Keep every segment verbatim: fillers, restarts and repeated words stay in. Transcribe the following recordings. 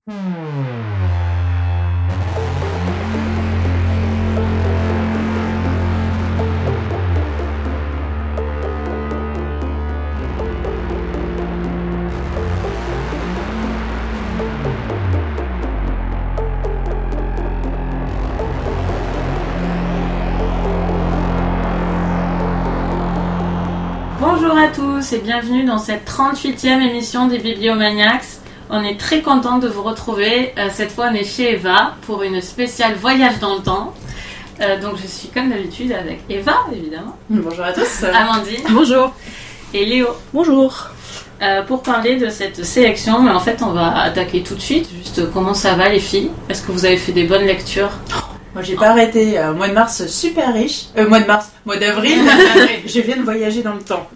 Bonjour à tous et bienvenue dans cette trente-huitième émission des Bibliomaniacs. On est très content de vous retrouver. Euh, cette fois, on est chez Eva pour une spéciale voyage dans le temps. Euh, donc, je suis comme d'habitude avec Eva, évidemment. Bonjour à tous. Amandine. Bonjour. Et Léo. Bonjour. Euh, pour parler de cette sélection, mais en fait, on va attaquer tout de suite. Juste, comment ça va, les filles? Est-ce que vous avez fait des bonnes lectures? Moi, j'ai pas arrêté. Euh, mois de mars, super riche. Euh, mois de mars, mois d'avril. Je viens de voyager dans le temps.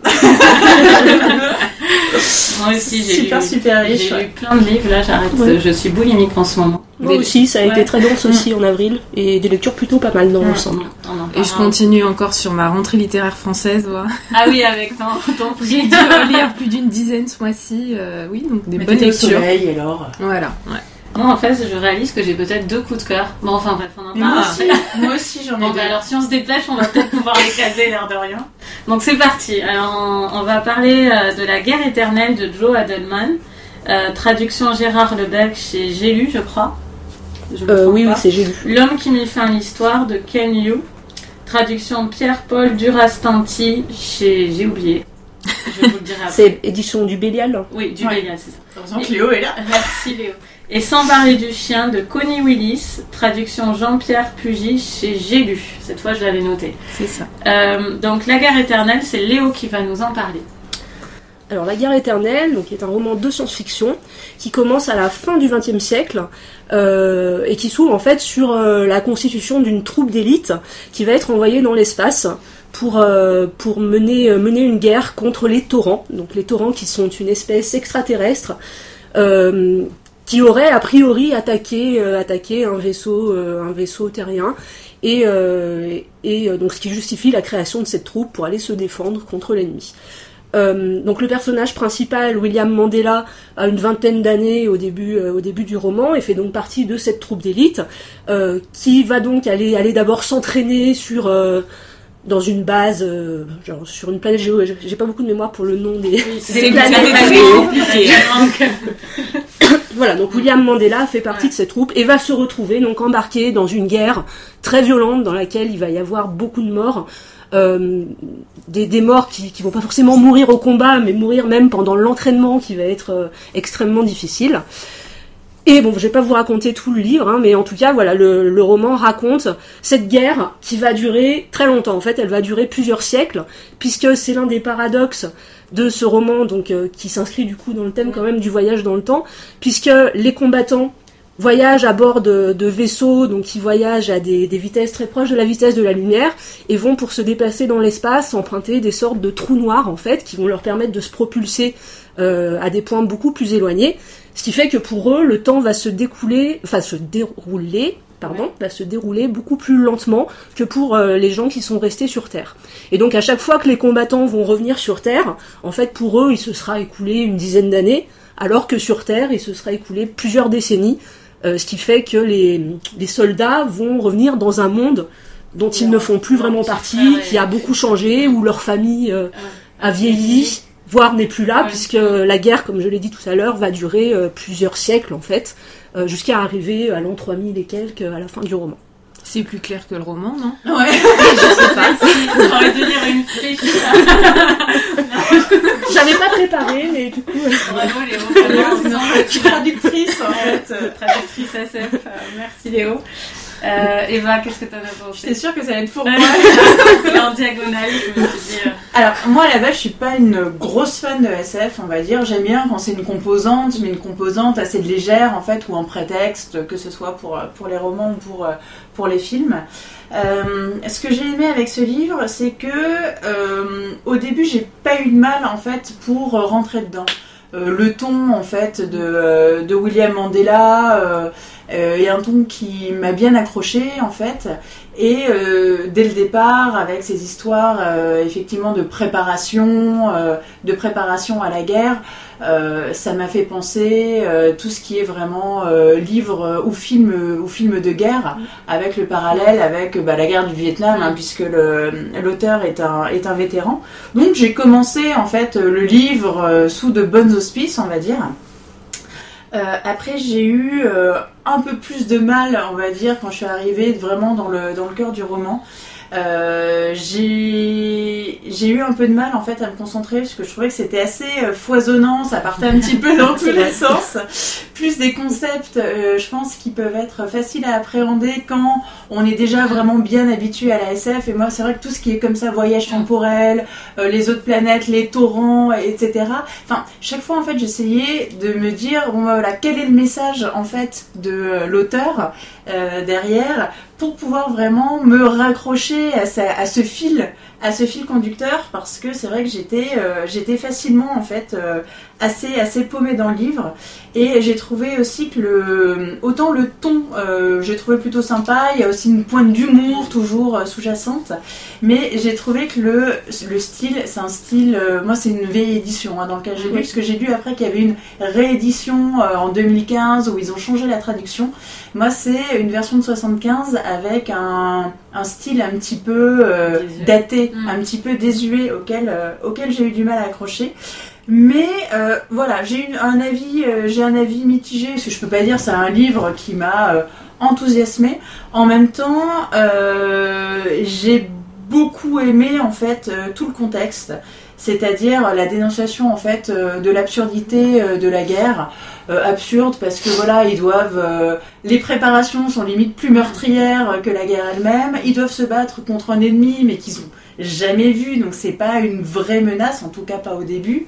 Moi aussi, j'ai super, lu, super riche. J'ai ouais. lu plein de livres. Là, j'arrête. Ouais. Je suis boulimique en ce moment. Moi Des... aussi, ça a ouais. été très dense aussi en avril et des lectures plutôt pas mal dans Ouais. l'ensemble. On en Et je parlera. continue encore sur ma rentrée littéraire française. Ouais. Ah oui, avec ton, ton prix. J'ai dû en lire plus d'une dizaine ce mois-ci. Euh, oui, donc des Mais bonnes t'étais au lectures. soleil, alors. Voilà. Ouais. Moi, en fait, je réalise que j'ai peut-être deux coups de cœur. Bon, enfin bref, on en Mais parle. moi aussi, moi aussi j'en ai Bon, deux. bah alors si on se dépêche, on va peut-être pouvoir les caser, l'air de rien. Donc c'est parti. Alors on, on va parler euh, de La guerre éternelle de Joe Adelman. Euh, traduction Gérard Lebec chez J'ai lu, je crois. Je me Euh, trompe oui, oui, pas. c'est j'ai lu. L'homme qui mit fin à l'histoire de Ken Yu. Traduction Pierre-Paul Durastanti chez J'ai oublié. Je vous le dirai après. C'est édition du Bélial. Oui, du Ouais. Bélial, c'est ça. Heureusement que Léo est là. Merci Léo. Et Sans parler du chien de Connie Willis, traduction Jean-Pierre Pugy chez J'ai lu. Cette fois, je l'avais noté. C'est ça. Euh, donc, La guerre éternelle, c'est Léo qui va nous en parler. Alors, La guerre éternelle, donc, est un roman de science-fiction qui commence à la fin du vingtième siècle euh, et qui s'ouvre en fait sur euh, la constitution d'une troupe d'élite qui va être envoyée dans l'espace pour, euh, pour mener, euh, mener une guerre contre les Taurans. Donc, les Taurans qui sont une espèce extraterrestre euh, qui aurait a priori attaqué, euh, attaqué un vaisseau, euh, un vaisseau terrien, et, euh, et euh, donc ce qui justifie la création de cette troupe pour aller se défendre contre l'ennemi. Euh, donc le personnage principal, William Mandela, a une vingtaine d'années au début, euh, au début du roman et fait donc partie de cette troupe d'élite euh, qui va donc aller, aller d'abord s'entraîner sur euh, dans une base, euh, genre sur une planète géo. J'ai pas beaucoup de mémoire pour le nom des, des C'est planètes très géo. compliqué. Donc, Voilà, donc William Mandela fait partie Ouais. de cette troupe et va se retrouver donc embarqué dans une guerre très violente dans laquelle il va y avoir beaucoup de morts. Euh, des, des morts qui, qui vont pas forcément mourir au combat, mais mourir même pendant l'entraînement qui va être euh, extrêmement difficile. Et bon, je vais pas vous raconter tout le livre, hein, mais en tout cas, voilà, le, le roman raconte cette guerre qui va durer très longtemps. En fait, elle va durer plusieurs siècles, puisque c'est l'un des paradoxes de ce roman, donc euh, qui s'inscrit du coup dans le thème quand même du voyage dans le temps, puisque les combattants voyagent à bord de, de vaisseaux, donc ils voyagent à des, des vitesses très proches de la vitesse de la lumière, et vont pour se déplacer dans l'espace emprunter des sortes de trous noirs en fait, qui vont leur permettre de se propulser euh, à des points beaucoup plus éloignés. Ce qui fait que pour eux, le temps va se découler, enfin se dérouler, pardon, va se dérouler beaucoup plus lentement que pour euh, les gens qui sont restés sur Terre. Et donc à chaque fois que les combattants vont revenir sur Terre, en fait pour eux, il se sera écoulé une dizaine d'années, alors que sur Terre, il se sera écoulé plusieurs décennies, euh, ce qui fait que les, les soldats vont revenir dans un monde dont ils ne font plus vraiment partie, qui a beaucoup changé, où leur famille euh, a vieilli, voire n'est plus là, Ouais. puisque la guerre, comme je l'ai dit tout à l'heure, va durer euh, plusieurs siècles en fait, euh, jusqu'à arriver à l'an trois mille et quelques à la fin du roman. C'est plus clair que le roman, non? Ouais. j'aurais dû dire une fiche. J'avais pas préparé, mais du coup... euh, Bravo Léo. Vraiment, Je suis traductrice en fait. euh, traductrice S F. Euh, merci Léo. Euh, Eva, qu'est-ce que t'en as pensé? J'étais sûre que ça allait être pour Ouais. moi. C'est en diagonale, je me suis dit. euh, Alors, moi, à la base, je suis pas une grosse fan de S F, on va dire. J'aime bien quand c'est une composante, mais une composante assez légère, en fait, ou en prétexte, que ce soit pour, pour les romans ou pour, pour les films. Euh, ce que j'ai aimé avec ce livre, c'est que, euh, au début, j'ai pas eu de mal, en fait, pour rentrer dedans. Euh, le ton, en fait, de, de William Mandela... Euh, euh, et un ton qui m'a bien accroché en fait. Et euh, dès le départ, avec ces histoires euh, effectivement de préparation, euh, de préparation à la guerre, euh, ça m'a fait penser euh, tout ce qui est vraiment euh, livre euh, ou film euh, ou film de guerre, avec le parallèle avec bah, la guerre du Vietnam, hein, puisque le, l'auteur est un est un vétéran. Donc j'ai commencé en fait le livre euh, sous de bonnes auspices, on va dire. Euh, après, j'ai eu euh, un peu plus de mal, on va dire, quand je suis arrivée vraiment dans le, dans le cœur du roman. Euh, j'ai, j'ai eu un peu de mal en fait à me concentrer parce que je trouvais que c'était assez euh, foisonnant, ça partait un petit peu dans tous les sens. Plus des concepts, euh, je pense, qui peuvent être faciles à appréhender quand on est déjà vraiment bien habitué à la S F. Et moi, c'est vrai que tout ce qui est comme ça, voyage temporel, euh, les autres planètes, les torrents, et cetera. Enfin, chaque fois en fait, j'essayais de me dire, bon voilà, quel est le message en fait de l'auteur euh, derrière, pour pouvoir vraiment me raccrocher à, sa, à ce fil, à ce fil conducteur, parce que c'est vrai que j'étais, euh, j'étais facilement en fait euh, assez, assez paumée dans le livre, et j'ai trouvé aussi que le, autant le ton, euh, j'ai trouvé plutôt sympa, il y a aussi une pointe d'humour toujours euh, sous-jacente, mais j'ai trouvé que le, le style, c'est un style, euh, moi c'est une vieille édition hein, dans lequel j'ai lu, parce que j'ai lu après qu'il y avait une réédition euh, en deux mille quinze où ils ont changé la traduction. Moi c'est une version de soixante-quinze avec un, un style un petit peu euh, daté, mmh. un petit peu désuet auquel, euh, auquel j'ai eu du mal à accrocher. Mais euh, voilà, j'ai une, un avis, euh, j'ai un avis mitigé, parce que je peux pas dire c'est un livre qui m'a euh, enthousiasmé. En même temps, euh, j'ai beaucoup aimé en fait euh, tout le contexte, c'est-à-dire la dénonciation en fait euh, de l'absurdité euh, de la guerre. Euh, absurde parce que voilà, ils doivent euh, les préparations sont limite plus meurtrières que la guerre elle-même, ils doivent se battre contre un ennemi mais qu'ils ont jamais vu, donc c'est pas une vraie menace, en tout cas pas au début.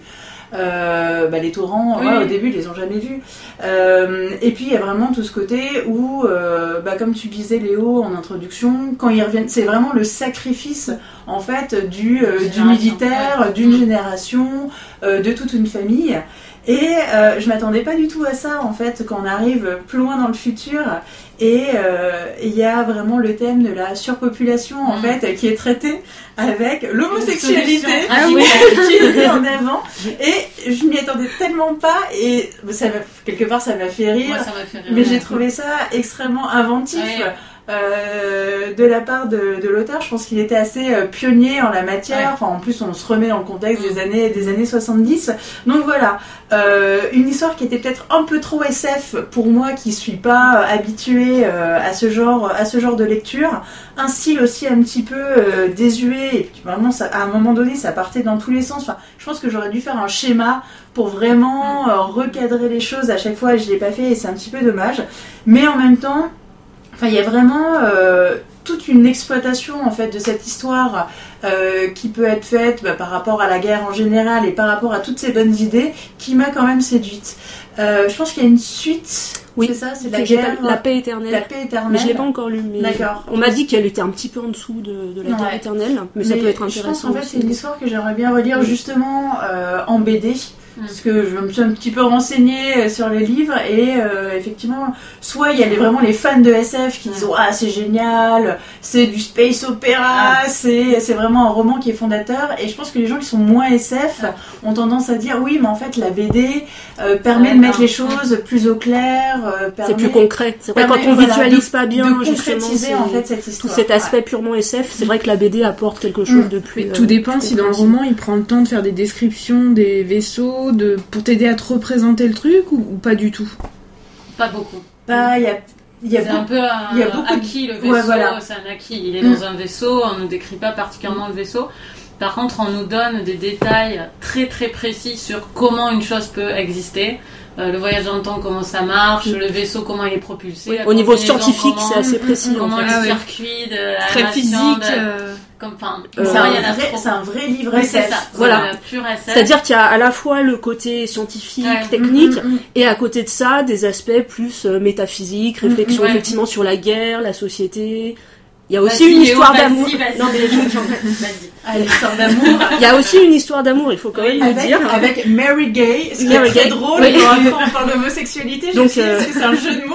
Euh, bah les torrents, oui. ouais, au début, ils les ont jamais vus. Euh, et puis il y a vraiment tout ce côté où, euh, bah, comme tu disais Léo en introduction, quand ils reviennent, c'est vraiment le sacrifice en fait du, euh, du militaire, ouais. d'une génération, euh, de toute une famille. Et euh, je m'attendais pas du tout à ça en fait quand on arrive plus loin dans le futur, et il euh, y a vraiment le thème de la surpopulation en mmh. fait qui est traité avec l'homosexualité ah, oui. qui est mis en avant, et je m'y attendais tellement pas, et ça m'a, quelque part ça m'a fait rire, Moi, ça m'a fait rire mais j'ai trouvé ça extrêmement inventif. Ouais. Euh, de la part de, de l'auteur, je pense qu'il était assez euh, pionnier en la matière. Ouais. Enfin, en plus, on se remet dans le contexte mmh. des années des années soixante-dix. Donc voilà, euh, une histoire qui était peut-être un peu trop S F pour moi, qui suis pas euh, habituée euh, à ce genre à ce genre de lecture. Un style aussi un petit peu euh, désuet. Et puis vraiment, ça, à un moment donné, ça partait dans tous les sens. Enfin, je pense que j'aurais dû faire un schéma pour vraiment euh, recadrer les choses à chaque fois. Je l'ai pas fait, et c'est un petit peu dommage. Mais en même temps, enfin, il y a vraiment euh, toute une exploitation en fait de cette histoire euh, qui peut être faite bah, par rapport à la guerre en général et par rapport à toutes ces bonnes idées, qui m'a quand même séduite. Euh, je pense qu'il y a une suite. Oui, c'est ça, c'est la guerre, la paix éternelle. La paix éternelle. Mais je l'ai pas encore lu. Mais D'accord. On m'a dit qu'elle était un petit peu en dessous de, de la guerre ouais. éternelle, mais, mais ça peut être intéressant. Je pense qu'en fait, aussi. c'est une histoire que j'aimerais bien relire oui. justement euh, en B D. Parce que je me suis un petit peu renseignée sur les livres, et euh, effectivement, soit il y a les, vraiment les fans de S F qui disent ah c'est génial, c'est du space opéra, ah. c'est, c'est vraiment un roman qui est fondateur, et je pense que les gens qui sont moins S F ont tendance à dire oui mais en fait la B D euh, permet ouais, de mettre non. les choses plus au clair, euh, permet, c'est plus concret. C'est vrai permet, quand on voilà, visualise de, pas bien de concrétiser en fait cette histoire. Tout cet aspect ouais. purement S F, c'est vrai que la B D apporte quelque chose mmh. de plus. Mais tout euh, dépend si dans le roman il prend le temps de faire des descriptions des vaisseaux. De, pour t'aider à te représenter le truc ou, ou pas du tout? Pas beaucoup. Bah, y a, y a c'est beau- un peu un y a beaucoup acquis, le vaisseau, ouais, voilà. c'est un acquis. Il est mm. dans un vaisseau, on ne décrit pas particulièrement mm. le vaisseau. Par contre, on nous donne des détails très très précis sur comment une chose peut exister. Euh, le voyage dans le temps, comment ça marche, mmh. le vaisseau, comment il est propulsé. Oui, au niveau scientifique, comment, c'est assez précis. Comment en fait. le ah, ouais. circuit de la très physique. De, euh... comme, enfin, euh, c'est, un vrai, c'est un vrai livre oui, S F. C'est ça, voilà. C'est pur S F. C'est-à-dire qu'il y a à la fois le côté scientifique, ouais. technique, mmh, mmh. et à côté de ça, des aspects plus euh, métaphysiques, réflexion mmh, ouais. effectivement sur la guerre, la société. Il y a aussi vas-y, une Léo, histoire vas-y, d'amour. Vas-y, non, mais vas-y. vas-y. Ah, l'histoire d'amour. Il y a aussi une histoire d'amour, il faut quand même oui, le avec, dire. Avec Mary Gay, ce qui Mary est très Gay. drôle Oui. quand on parle d'homosexualité. Je Donc, me suis dit, euh... est-ce que c'est un jeu de mots ou pas?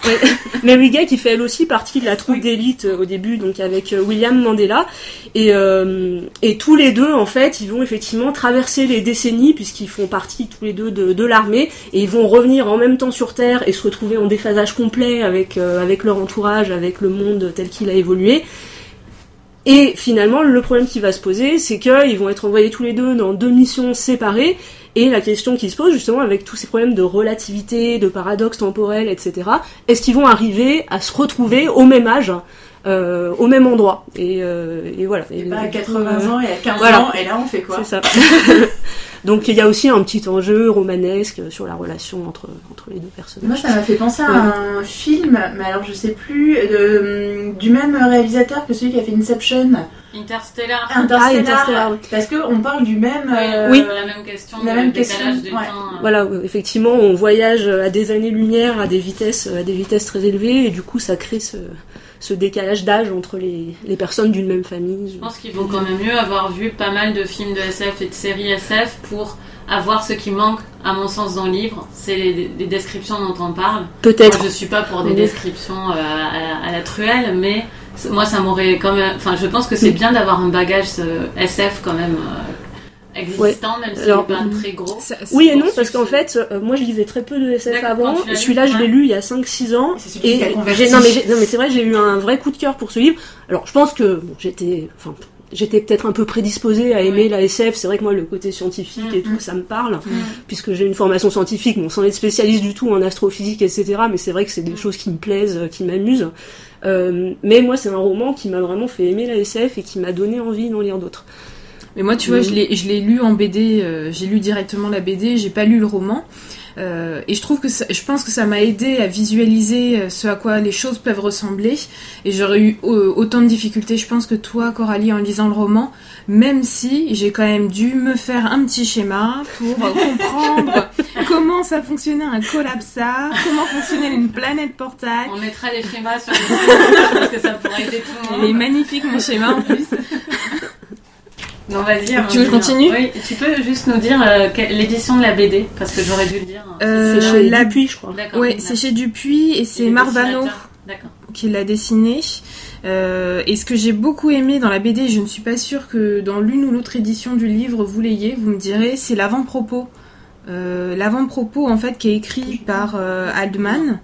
Ouais. Mary Gay qui fait elle aussi partie de la troupe oui. d'élite euh, au début, donc avec euh, William Mandela. Et, euh, et tous les deux, en fait, ils vont effectivement traverser les décennies, puisqu'ils font partie tous les deux de, de l'armée, et ils vont revenir en même temps sur Terre et se retrouver en déphasage complet avec, euh, avec leur entourage, avec le monde tel qu'il a évolué. Et finalement, le problème qui va se poser, c'est qu'ils vont être envoyés tous les deux dans deux missions séparées, et la question qui se pose justement avec tous ces problèmes de relativité, de paradoxe temporel, et cetera, est-ce qu'ils vont arriver à se retrouver au même âge, euh, au même endroit, et, euh, et voilà. Et, et pas à quatre-vingts euh, ans et à quinze voilà. ans, et là on fait quoi? C'est ça. Donc il y a aussi un petit enjeu romanesque sur la relation entre, entre les deux personnages. Moi ça m'a fait penser à ouais. un film, mais alors je sais plus, de, du même réalisateur que celui qui a fait Inception. Interstellar. Interstellar, ah, Interstellar oui. Parce qu'on parle du même... Euh, oui, la même question, la même question. Du ouais. temps. Voilà, effectivement, on voyage à des années-lumière, à des vitesses, à des vitesses très élevées, et du coup ça crée ce... ce décalage d'âge entre les, les personnes d'une même famille. Je pense qu'il vaut quand même mieux avoir vu pas mal de films de S F et de séries S F pour avoir ce qui manque, à mon sens, dans le livre. C'est les, les descriptions dont on parle. Peut-être. Moi, je suis pas pour des oui. descriptions euh, à, à la truelle, mais moi, ça m'aurait quand même... Enfin, je pense que c'est oui. bien d'avoir un bagage euh, S F quand même... Euh, existant, ouais. même s'il n'est pas très gros. Ça, oui et non, parce qu'en fait, euh, moi je lisais très peu de S F D'accord, avant. Celui-là, je l'ai lu il y a cinq six ans. Et, et j'ai, non, mais j'ai, non mais c'est vrai, j'ai eu un vrai coup de cœur pour ce livre. Alors je pense que bon, j'étais, enfin, j'étais peut-être un peu prédisposée à aimer ouais. la S F. C'est vrai que moi le côté scientifique mmh. et tout, ça me parle, mmh. puisque j'ai une formation scientifique, bon, sans être spécialiste du tout en astrophysique, et cetera. Mais c'est vrai que c'est des mmh. choses qui me plaisent, qui m'amusent. Euh, mais moi, c'est un roman qui m'a vraiment fait aimer la S F et qui m'a donné envie d'en lire d'autres. Mais moi, tu vois, je l'ai, je l'ai lu en B D, euh, j'ai lu directement la B D, j'ai pas lu le roman. Euh, et je trouve que ça, je pense que ça m'a aidé à visualiser ce à quoi les choses peuvent ressembler. Et j'aurais eu euh, autant de difficultés, je pense, que toi, Coralie, en lisant le roman, même si j'ai quand même dû me faire un petit schéma pour comprendre comment ça fonctionnait un collapsar, comment fonctionnait une planète portail. On mettra les schémas sur le site parce que ça pourrait aider tout le monde. Il est magnifique, mon schéma, en plus. Non, vas-y. Tu veux que je continue ? Oui, tu peux juste nous dire euh, l'édition de la B D, parce que j'aurais dû le dire. Euh, c'est chez la... Dupuis, je crois. D'accord. Oui, c'est chez Dupuis et c'est Marvano qui l'a dessiné. Euh, et ce que j'ai beaucoup aimé dans la B D, je ne suis pas sûre que dans l'une ou l'autre édition du livre vous l'ayez, vous me direz, c'est l'avant-propos. Euh, l'avant-propos, en fait, qui est écrit par euh, Haldeman.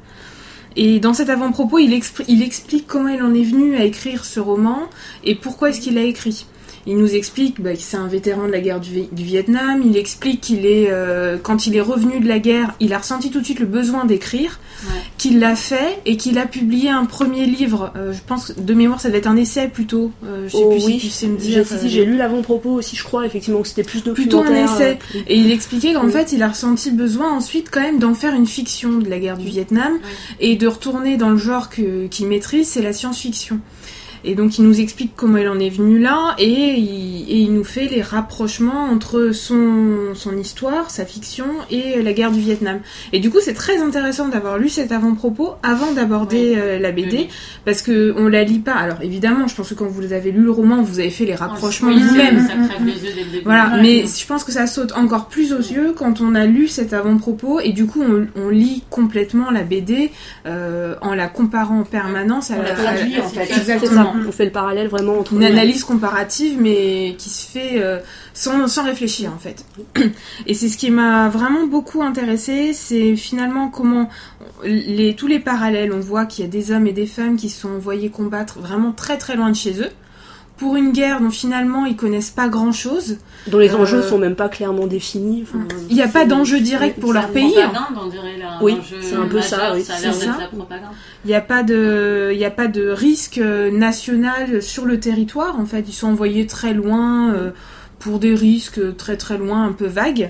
Et dans cet avant-propos, il, expri- il explique comment il en est venu à écrire ce roman et pourquoi est-ce qu'il l'a écrit. Il nous explique bah, que c'est un vétéran de la guerre du, du Vietnam. Il explique qu'il est, euh, quand il est revenu de la guerre, il a ressenti tout de suite le besoin d'écrire, ouais. qu'il l'a fait et qu'il a publié un premier livre. Euh, je pense de mémoire, ça devait être un essai plutôt. Euh, je sais oh, plus oui. si tu sais me dire. J'ai, si, si, j'ai lu l'avant-propos aussi, je crois, effectivement, que c'était plus documentaire. Plutôt un essai. Euh, et il expliquait qu'en oui. fait, il a ressenti le besoin ensuite quand même d'en faire une fiction de la guerre du Vietnam oui. et de retourner dans le genre que, qu'il maîtrise, c'est la science-fiction. Et donc il nous explique comment il en est venu là et il, et il nous fait les rapprochements entre son, son histoire, sa fiction et la guerre du Vietnam. Et du coup c'est très intéressant d'avoir lu cet avant-propos avant d'aborder oui. euh, la B D oui. parce que on la lit pas. Alors évidemment je pense que quand vous avez lu le roman vous avez fait les rapprochements oui, vous-même. Ça crève les yeux dès le début. Voilà, ouais, mais ouais. je pense que ça saute encore plus aux yeux quand on a lu cet avant-propos et du coup on, on lit complètement la B D euh, en la comparant en permanence à on la, la traduit à, en fait. Exactement. On fait le parallèle vraiment entre une analyse comparative mais qui se fait euh, sans, sans réfléchir en fait. Et c'est ce qui m'a vraiment beaucoup intéressée, c'est finalement comment les, tous les parallèles, on voit qu'il y a des hommes et des femmes qui sont envoyés combattre vraiment très très loin de chez eux pour une guerre dont finalement ils connaissent pas grand chose, dont les enjeux euh, sont même pas clairement définis. Enfin, il n'y a pas d'enjeu direct pour leur pays. On dirait là, oui, c'est un peu majeur, ça. Oui. Ça a l'air d'être la propagande. Il n'y a pas de, il y a pas de risque national sur le territoire. En fait, ils sont envoyés très loin euh, pour des risques très très loin, un peu vagues.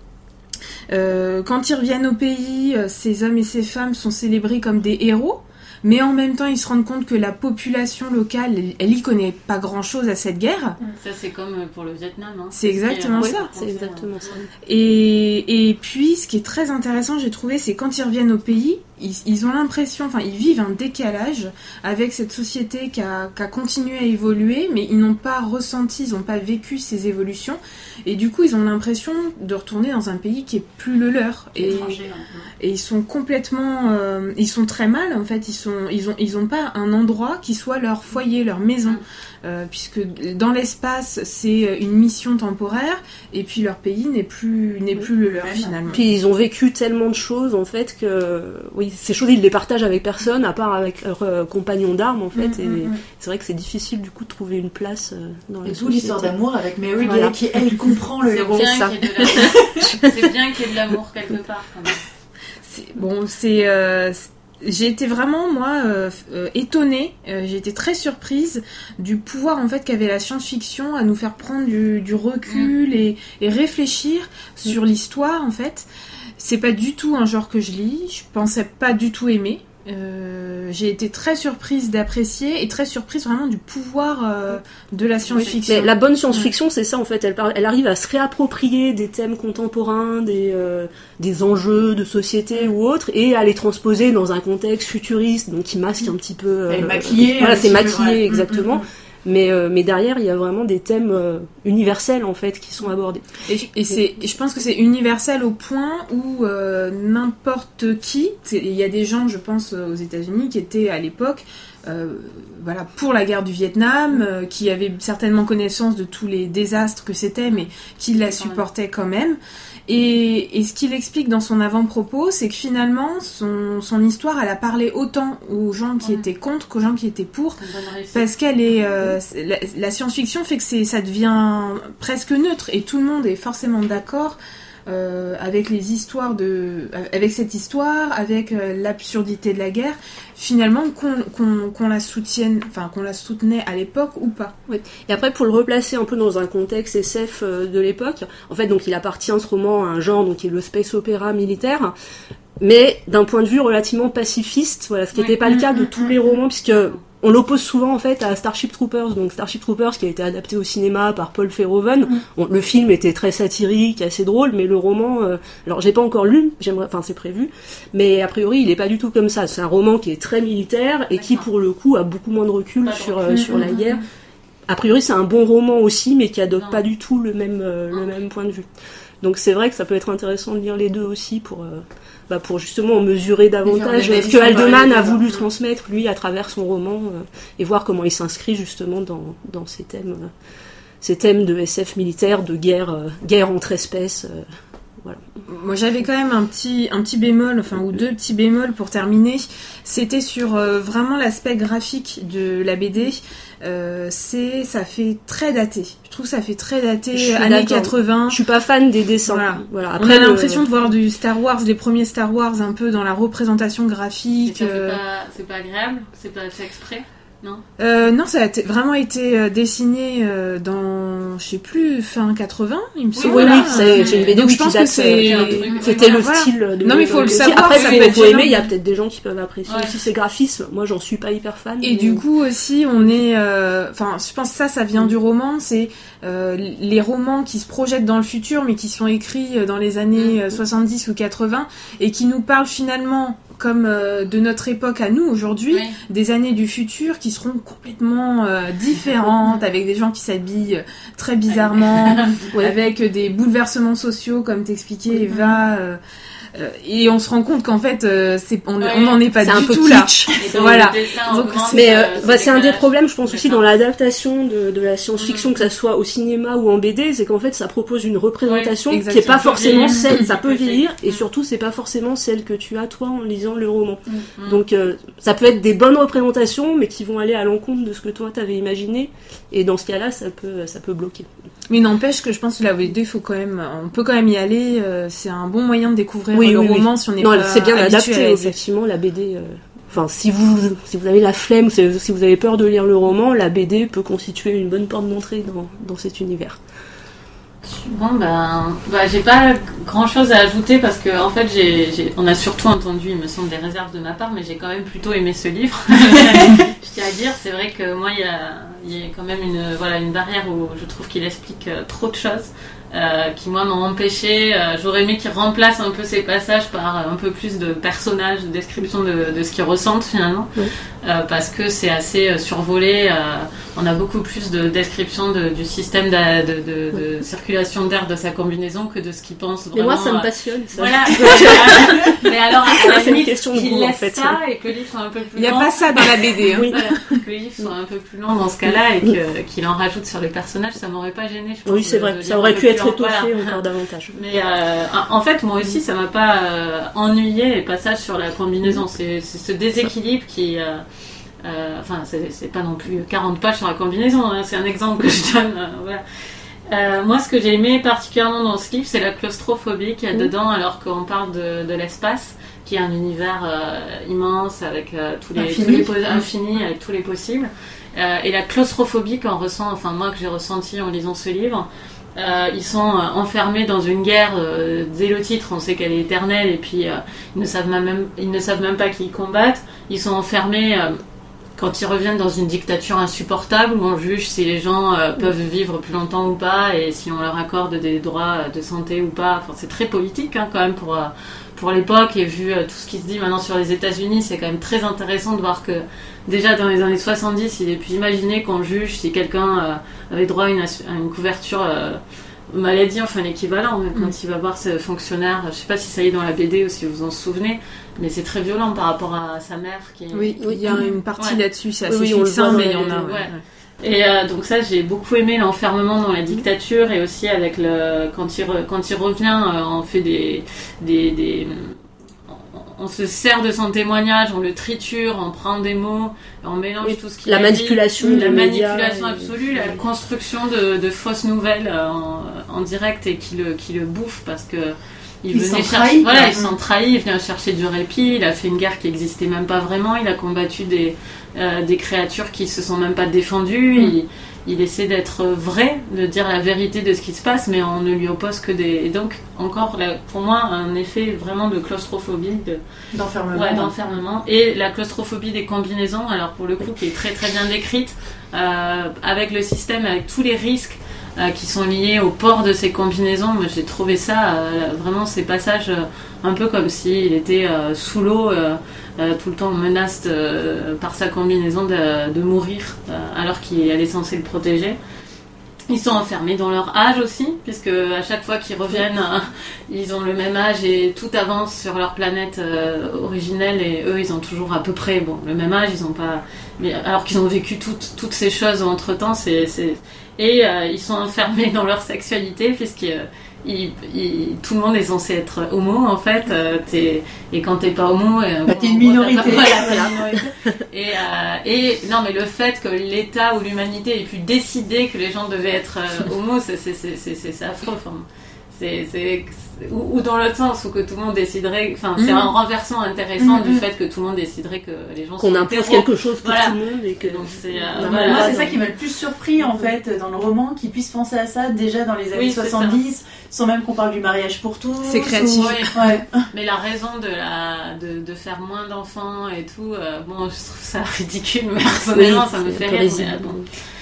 Euh, quand ils reviennent au pays, ces hommes et ces femmes sont célébrés comme des héros. mais en même temps ils se rendent compte que la population locale, elle, elle y connaît pas grand-chose à cette guerre. Ça c'est comme pour le Vietnam. Hein. C'est exactement c'est, ça. Ouais, c'est exactement ça. Et, et puis ce qui est très intéressant, j'ai trouvé, c'est quand ils reviennent au pays, ils, ils ont l'impression, enfin ils vivent un décalage avec cette société qui a, qui a continué à évoluer, mais ils n'ont pas ressenti, ils n'ont pas vécu ces évolutions, et du coup ils ont l'impression de retourner dans un pays qui est plus le leur. Et, et ils sont complètement, euh, ils sont très mal en fait. Ils sont, ils ont, ils ont pas un endroit qui soit leur foyer, leur maison, euh, puisque dans l'espace c'est une mission temporaire, et puis leur pays n'est plus, n'est plus le leur finalement. Puis ils ont vécu tellement de choses en fait que, oui, ces choses ils les partagent avec personne à part avec leurs euh, compagnons d'armes en fait. Mmh, et mmh. C'est vrai que c'est difficile du coup de trouver une place euh, dans la et société. d'où l'histoire d'amour avec Mary voilà. Gay qui elle comprend le héros. Ça. C'est bien qu'il y ait de l'amour quelque part quand même. C'est, bon, c'est, euh, c'est, j'ai été vraiment moi euh, euh, étonnée, euh, j'ai été très surprise du pouvoir en fait qu'avait la science-fiction à nous faire prendre du, du recul mmh. et, et réfléchir mmh. sur l'histoire en fait. C'est pas du tout un genre que je lis, je pensais pas du tout aimer. Euh, j'ai été très surprise d'apprécier et très surprise vraiment du pouvoir euh, de la science-fiction. Mais la bonne science-fiction, ouais. c'est ça en fait. Elle, parle, elle arrive à se réapproprier des thèmes contemporains, des, euh, des enjeux de société ou autres, et à les transposer dans un contexte futuriste, donc qui masque un petit peu. Euh, et maquillé. Voilà, c'est maquillé ouais. exactement. Mm-hmm. Mais, euh, mais derrière, il y a vraiment des thèmes euh, universels en fait qui sont abordés. Et, et c'est, je pense que c'est universel au point où euh, n'importe qui, il y a des gens, je pense, aux États-Unis qui étaient à l'époque, euh, voilà, pour la guerre du Vietnam, euh, qui avaient certainement connaissance de tous les désastres que c'était, mais qui la supportaient quand même. Et, et ce qu'il explique dans son avant-propos, c'est que finalement, son, son histoire, elle a parlé autant aux gens qui ouais. étaient contre qu'aux gens qui étaient pour, parce qu'elle est, euh, la, la science-fiction fait que c'est, ça devient presque neutre, et tout le monde est forcément d'accord euh, avec les histoires de, avec cette histoire, avec euh, l'absurdité de la guerre. Finalement, qu'on, qu'on, qu'on la soutienne, enfin qu'on la soutenait à l'époque ou pas. Oui. Et après, pour le replacer un peu dans un contexte S F de l'époque, en fait, donc il appartient ce roman à un genre donc qui est le space opéra militaire, mais d'un point de vue relativement pacifiste, voilà, ce qui n'était oui. pas le cas de tous les romans, puisque on l'oppose souvent en fait à Starship Troopers, donc Starship Troopers qui a été adapté au cinéma par Paul Verhoeven. Mm. Bon, le film était très satirique, assez drôle, mais le roman, euh, alors j'ai pas encore lu, j'aimerais, enfin c'est prévu, mais a priori il est pas du tout comme ça. C'est un roman qui est très militaire et D'accord. qui pour le coup a beaucoup moins de recul pas sur euh, sur mm. la guerre. A priori c'est un bon roman aussi, mais qui adopte non. pas du tout le même euh, le même point de vue. Donc c'est vrai que ça peut être intéressant de lire les deux aussi pour euh, bah pour justement mesurer davantage ce que Haldeman a voulu transmettre lui à travers son roman euh, et voir comment il s'inscrit justement dans dans ces thèmes euh, ces thèmes de S F militaire, de guerre euh, guerre entre espèces. Euh, Voilà. Moi j'avais quand même un petit, un petit bémol, enfin ou deux petits bémols pour terminer. C'était sur euh, vraiment l'aspect graphique de la B D. Euh, c'est, ça fait très daté. Je trouve que ça fait très daté, années d'accord. quatre-vingts. Je suis pas fan des dessins. Voilà. Voilà. Après, on a le... l'impression de voir du Star Wars, les premiers Star Wars, un peu dans la représentation graphique. Et ça, euh... c'est, pas, c'est pas agréable, c'est pas fait exprès. Non, euh, non, ça a t- vraiment été euh, dessiné euh, dans, je sais plus, fin quatre-vingts, il me semble. Oui, oui, c'est, c'est une B D où je pense que c'est, c'était le voilà. style de. Non, mais il faut le savoir. Après, ça peut être aimé. Il y a peut-être des gens qui peuvent apprécier ouais. aussi ces graphismes. Moi, j'en suis pas hyper fan. Et mais... du coup aussi, on est, enfin, euh, je pense que ça, ça vient du roman. C'est euh, les romans qui se projettent dans le futur, mais qui sont écrits dans les années mmh. soixante-dix ou quatre-vingts et qui nous parlent finalement comme euh, de notre époque à nous aujourd'hui, oui. des années du futur qui seront complètement euh, différentes, avec des gens qui s'habillent très bizarrement, ouais. avec des bouleversements sociaux, comme t'expliquais oui. Eva. Euh, euh, et on se rend compte qu'en fait, euh, c'est, on n'en ouais. est pas c'est du tout là. Voilà. Donc, mais euh, bah, c'est un des problèmes, je pense aussi dans l'adaptation de, de la science-fiction, mmh. que ça soit au cinéma ou en B D, c'est qu'en fait, ça propose une représentation ouais, qui est pas forcément celle, ça peut vieillir, et surtout, c'est pas forcément celle que tu as toi en lisant le roman. Mmh. Donc, euh, ça peut être des bonnes représentations, mais qui vont aller à l'encontre de ce que toi t'avais imaginé, et dans ce cas-là, ça peut, ça peut bloquer. Mais n'empêche que je pense que la B D, faut quand même, on peut quand même y aller. Euh, c'est un bon moyen de découvrir oui, le oui, roman oui. si on est non, pas c'est bien adapté. adapté, effectivement, la B D. Euh... Enfin, si vous si vous avez la flemme, si vous avez peur de lire le roman, la B D peut constituer une bonne porte d'entrée dans dans cet univers. Bon ben, bah, j'ai pas grand chose à ajouter parce que en fait j'ai, j'ai, on a surtout entendu, il me semble, des réserves de ma part, mais j'ai quand même plutôt aimé ce livre. Je tiens à dire, c'est vrai que moi il y a, il y a quand même une, voilà, une barrière où je trouve qu'il explique euh, trop de choses. Euh, qui moi m'ont empêché. Euh, j'aurais aimé qu'il remplace un peu ces passages par euh, un peu plus de personnages, de description de, de ce qu'ils ressentent finalement, oui. euh, parce que c'est assez euh, survolé. Euh, on a beaucoup plus de description de, du système de, de, de, oui. de circulation d'air de sa combinaison que de ce qu'il pense vraiment. Et moi ça me passionne. Ça. Voilà. Mais alors à la limite qu'il laisse en fait, ça oui. et que le livre soit un peu plus long. Il n'y a pas ça dans la B D. Hein. Oui. Voilà. Que le livre soit un peu plus long dans ce cas-là et que, qu'il en rajoute sur les personnages, ça m'aurait pas gêné. Je pense, oui c'est de, vrai. de ça aurait pu être étoffé voilà. encore davantage. Mais euh, en fait, moi aussi, ça m'a pas euh, ennuyé les passages sur la combinaison. C'est, c'est ce déséquilibre qui, euh, euh, enfin, c'est, c'est pas non plus quarante pages sur la combinaison. Hein, c'est un exemple que je donne. Euh, voilà. Euh, moi, ce que j'ai aimé particulièrement dans ce livre, c'est la claustrophobie qu'il y a mmh. dedans, alors qu'on parle de, de l'espace, qui est un univers euh, immense avec euh, tous les, infini. tous les infini, avec tous les possibles. Euh, et la claustrophobie qu'on ressent, enfin moi que j'ai ressenti en lisant ce livre. Euh, ils sont euh, enfermés dans une guerre. Euh, dès le titre, on sait qu'elle est éternelle, et puis euh, ils ne savent même, ils ne savent même pas qui ils combattent. Ils sont enfermés euh, quand ils reviennent dans une dictature insupportable où on juge si les gens euh, peuvent vivre plus longtemps ou pas, et si on leur accorde des droits de santé ou pas. Enfin, c'est très politique hein, quand même pour euh, pour l'époque, et vu euh, tout ce qui se dit maintenant sur les États-Unis, c'est quand même très intéressant de voir que déjà dans les années soixante-dix, il est pu imaginer qu'on juge si quelqu'un euh, avait droit à une, à une couverture euh, maladie, enfin l'équivalent, quand mm. il va voir ce fonctionnaire, je sais pas si ça y est dans la B D ou si vous vous en souvenez, mais c'est très violent par rapport à sa mère. Qui est... Oui, il y a une partie ouais. là-dessus, c'est assez oui, succinct, mais il y en a. Ouais. Ouais. Et euh, donc ça, j'ai beaucoup aimé l'enfermement dans la dictature, et aussi avec le quand il re, quand il revient, euh, on fait des des, des on se sert de son témoignage, on le triture, on prend des mots, on mélange oui, tout ce qu'il la a manipulation, dit, la manipulation médias, absolue, et... la construction de, de fausses nouvelles en, en direct, et qui le qui le bouffe parce que il ils venait chercher, voilà, ils sont trahis, il vient chercher du répit, il a fait une guerre qui n'existait même pas vraiment, il a combattu des euh, des créatures qui se sont même pas défendues. Mm. Il, il essaie d'être vrai, de dire la vérité de ce qui se passe, mais on ne lui oppose que des... Et donc, encore, là, pour moi, un effet vraiment de claustrophobie. De... D'enfermement. Ouais, d'enfermement. Et la claustrophobie des combinaisons, alors pour le coup, qui est très très bien décrite, euh, avec le système, avec tous les risques euh, qui sont liés au port de ces combinaisons. Moi, j'ai trouvé ça, euh, vraiment, ces passages, euh, un peu comme s'il était euh, sous l'eau, euh, euh, tout le temps menace euh, par sa combinaison de, de mourir, euh, alors qu'il est censé le protéger. Ils sont enfermés dans leur âge aussi, puisque à chaque fois qu'ils reviennent, euh, ils ont le même âge et tout avance sur leur planète euh, originelle, et eux, ils ont toujours à peu près bon, le même âge. Ils ont pas, mais alors qu'ils ont vécu toutes toutes ces choses entre-temps, c'est, c'est... et euh, ils sont enfermés dans leur sexualité, puisqu'ils Il, il, tout le monde est censé être homo en fait, euh, t'es, et quand t'es pas homo, euh, bah, bon, t'es une minorité. Pas, voilà, t'es une minorité. et, euh, et non, mais le fait que l'État ou l'humanité ait pu décider que les gens devaient être euh, homo, c'est, c'est, c'est, c'est, c'est, c'est affreux. Enfin, c'est, c'est, ou, ou dans l'autre sens, où que tout le monde déciderait. Enfin, mmh. c'est un renversement intéressant mmh. du fait que tout le monde déciderait que les gens qu'on impose quelque chose pour voilà. tout le monde, et que donc c'est. Euh, voilà. Moi, c'est ça qui m'a le plus surpris en fait dans le roman, qu'ils puissent penser à ça déjà dans les années oui, soixante-dix, sans même qu'on parle du mariage pour tous. C'est créatif. Ou... Ouais. Ouais. Mais la raison de la de, de faire moins d'enfants et tout, euh, bon, je trouve ça ridicule, mais personnellement, oui, ça me fait rire. Mais, bon.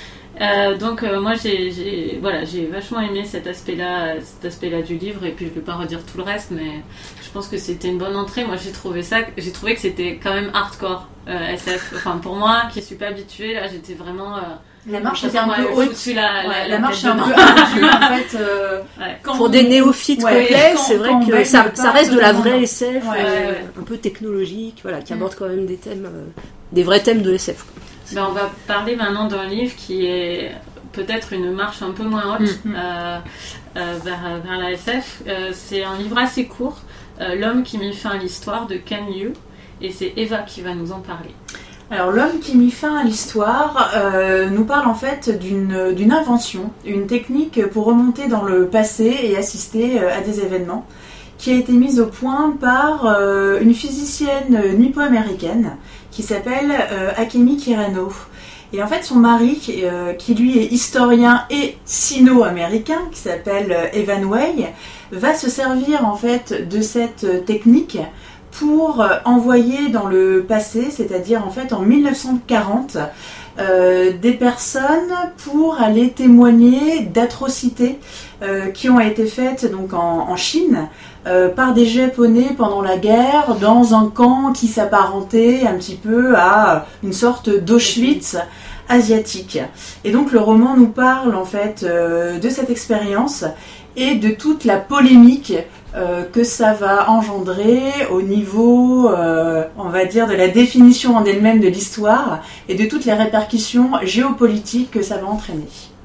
Euh, donc euh, moi j'ai, j'ai voilà j'ai vachement aimé cet aspect-là cet aspect-là du livre, et puis je vais pas redire tout le reste, mais je pense que c'était une bonne entrée. Moi j'ai trouvé ça j'ai trouvé que c'était quand même hardcore euh, S F. Enfin pour moi qui suis pas habituée, là j'étais vraiment euh, la marche était un peu haute. La, la, ouais, la, la marche est un peu ardue en fait. Euh, ouais. Pour des néophytes ouais, complets, quand, c'est vrai que ça, ça reste de la vraie S F, ouais, euh, ouais. un peu technologique, voilà, qui aborde quand même des thèmes, euh, des vrais thèmes de S F. Ben, on va parler maintenant d'un livre qui est peut-être une marche un peu moins haute mmh. euh, euh, vers, vers la S F. Euh, c'est un livre assez court, euh, L'homme qui mit fin à l'histoire de Ken Liu, et c'est Eva qui va nous en parler. Alors, L'homme qui mit fin à l'histoire euh, nous parle en fait d'une, d'une invention, une technique pour remonter dans le passé et assister à des événements, qui a été mise au point par euh, une physicienne nippo-américaine qui s'appelle euh, Akemi Kirano. Et en fait, son mari, euh, qui lui est historien et sino-américain, qui s'appelle Evan Way, va se servir en fait de cette technique pour envoyer dans le passé, c'est-à-dire en fait en mille neuf cent quarante, euh, des personnes pour aller témoigner d'atrocités euh, qui ont été faites donc en, en Chine euh, par des Japonais pendant la guerre dans un camp qui s'apparentait un petit peu à une sorte d'Auschwitz asiatique. Et donc le roman nous parle en fait euh, de cette expérience et de toute la polémique euh, que ça va engendrer au niveau, euh, on va dire, de la définition en elle-même de l'histoire et de toutes les répercussions géopolitiques que ça va entraîner.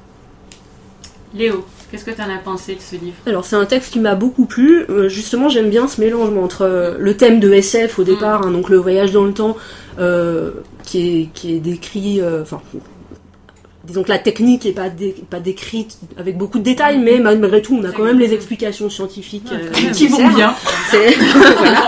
Léo, qu'est-ce que tu en as pensé de ce livre ? Alors c'est un texte qui m'a beaucoup plu. Euh, justement, j'aime bien ce mélange entre euh, le thème de S F au départ, mmh. hein, donc le voyage dans le temps, euh, qui est qui est décrit, enfin. Euh, disons que la technique n'est pas, dé, pas décrite avec beaucoup de détails, mais malgré tout, on a quand même les explications scientifiques ouais, euh, qui vont bien. Voilà.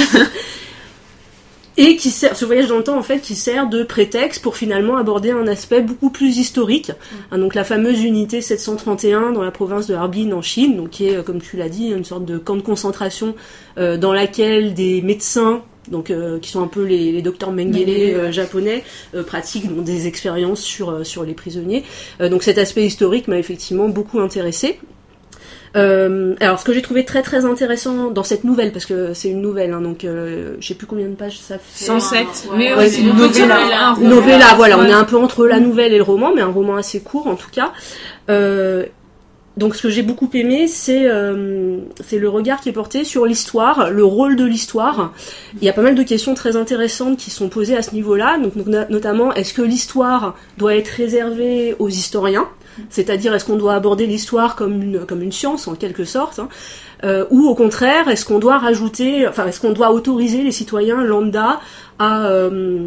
Et qui sert, ce voyage dans le temps, en fait, qui sert de prétexte pour finalement aborder un aspect beaucoup plus historique. Hein, donc la fameuse unité sept cent trente et un dans la province de Harbin en Chine, donc qui est, comme tu l'as dit, une sorte de camp de concentration euh, dans laquelle des médecins donc euh, qui sont un peu les, les docteurs Mengele euh, japonais, euh, pratiquent donc, des expériences sur, euh, sur les prisonniers. Euh, donc cet aspect historique m'a effectivement beaucoup intéressée. Euh, alors ce que j'ai trouvé très très intéressant dans cette nouvelle, parce que c'est une nouvelle, hein, donc euh, je sais plus combien de pages ça fait. cent sept, ouais, mais ouais, c'est une novella. Une novella, voilà, ouais. On est un peu entre la nouvelle et le roman, mais un roman assez court en tout cas. Euh, Donc ce que j'ai beaucoup aimé, c'est, euh, c'est le regard qui est porté sur l'histoire, le rôle de l'histoire. Il y a pas mal de questions très intéressantes qui sont posées à ce niveau-là, donc, donc notamment est-ce que l'histoire doit être réservée aux historiens, c'est-à-dire est-ce qu'on doit aborder l'histoire comme une, comme une science en quelque sorte, hein, euh, ou au contraire est-ce qu'on doit rajouter, enfin est-ce qu'on doit autoriser les citoyens lambda à... Euh,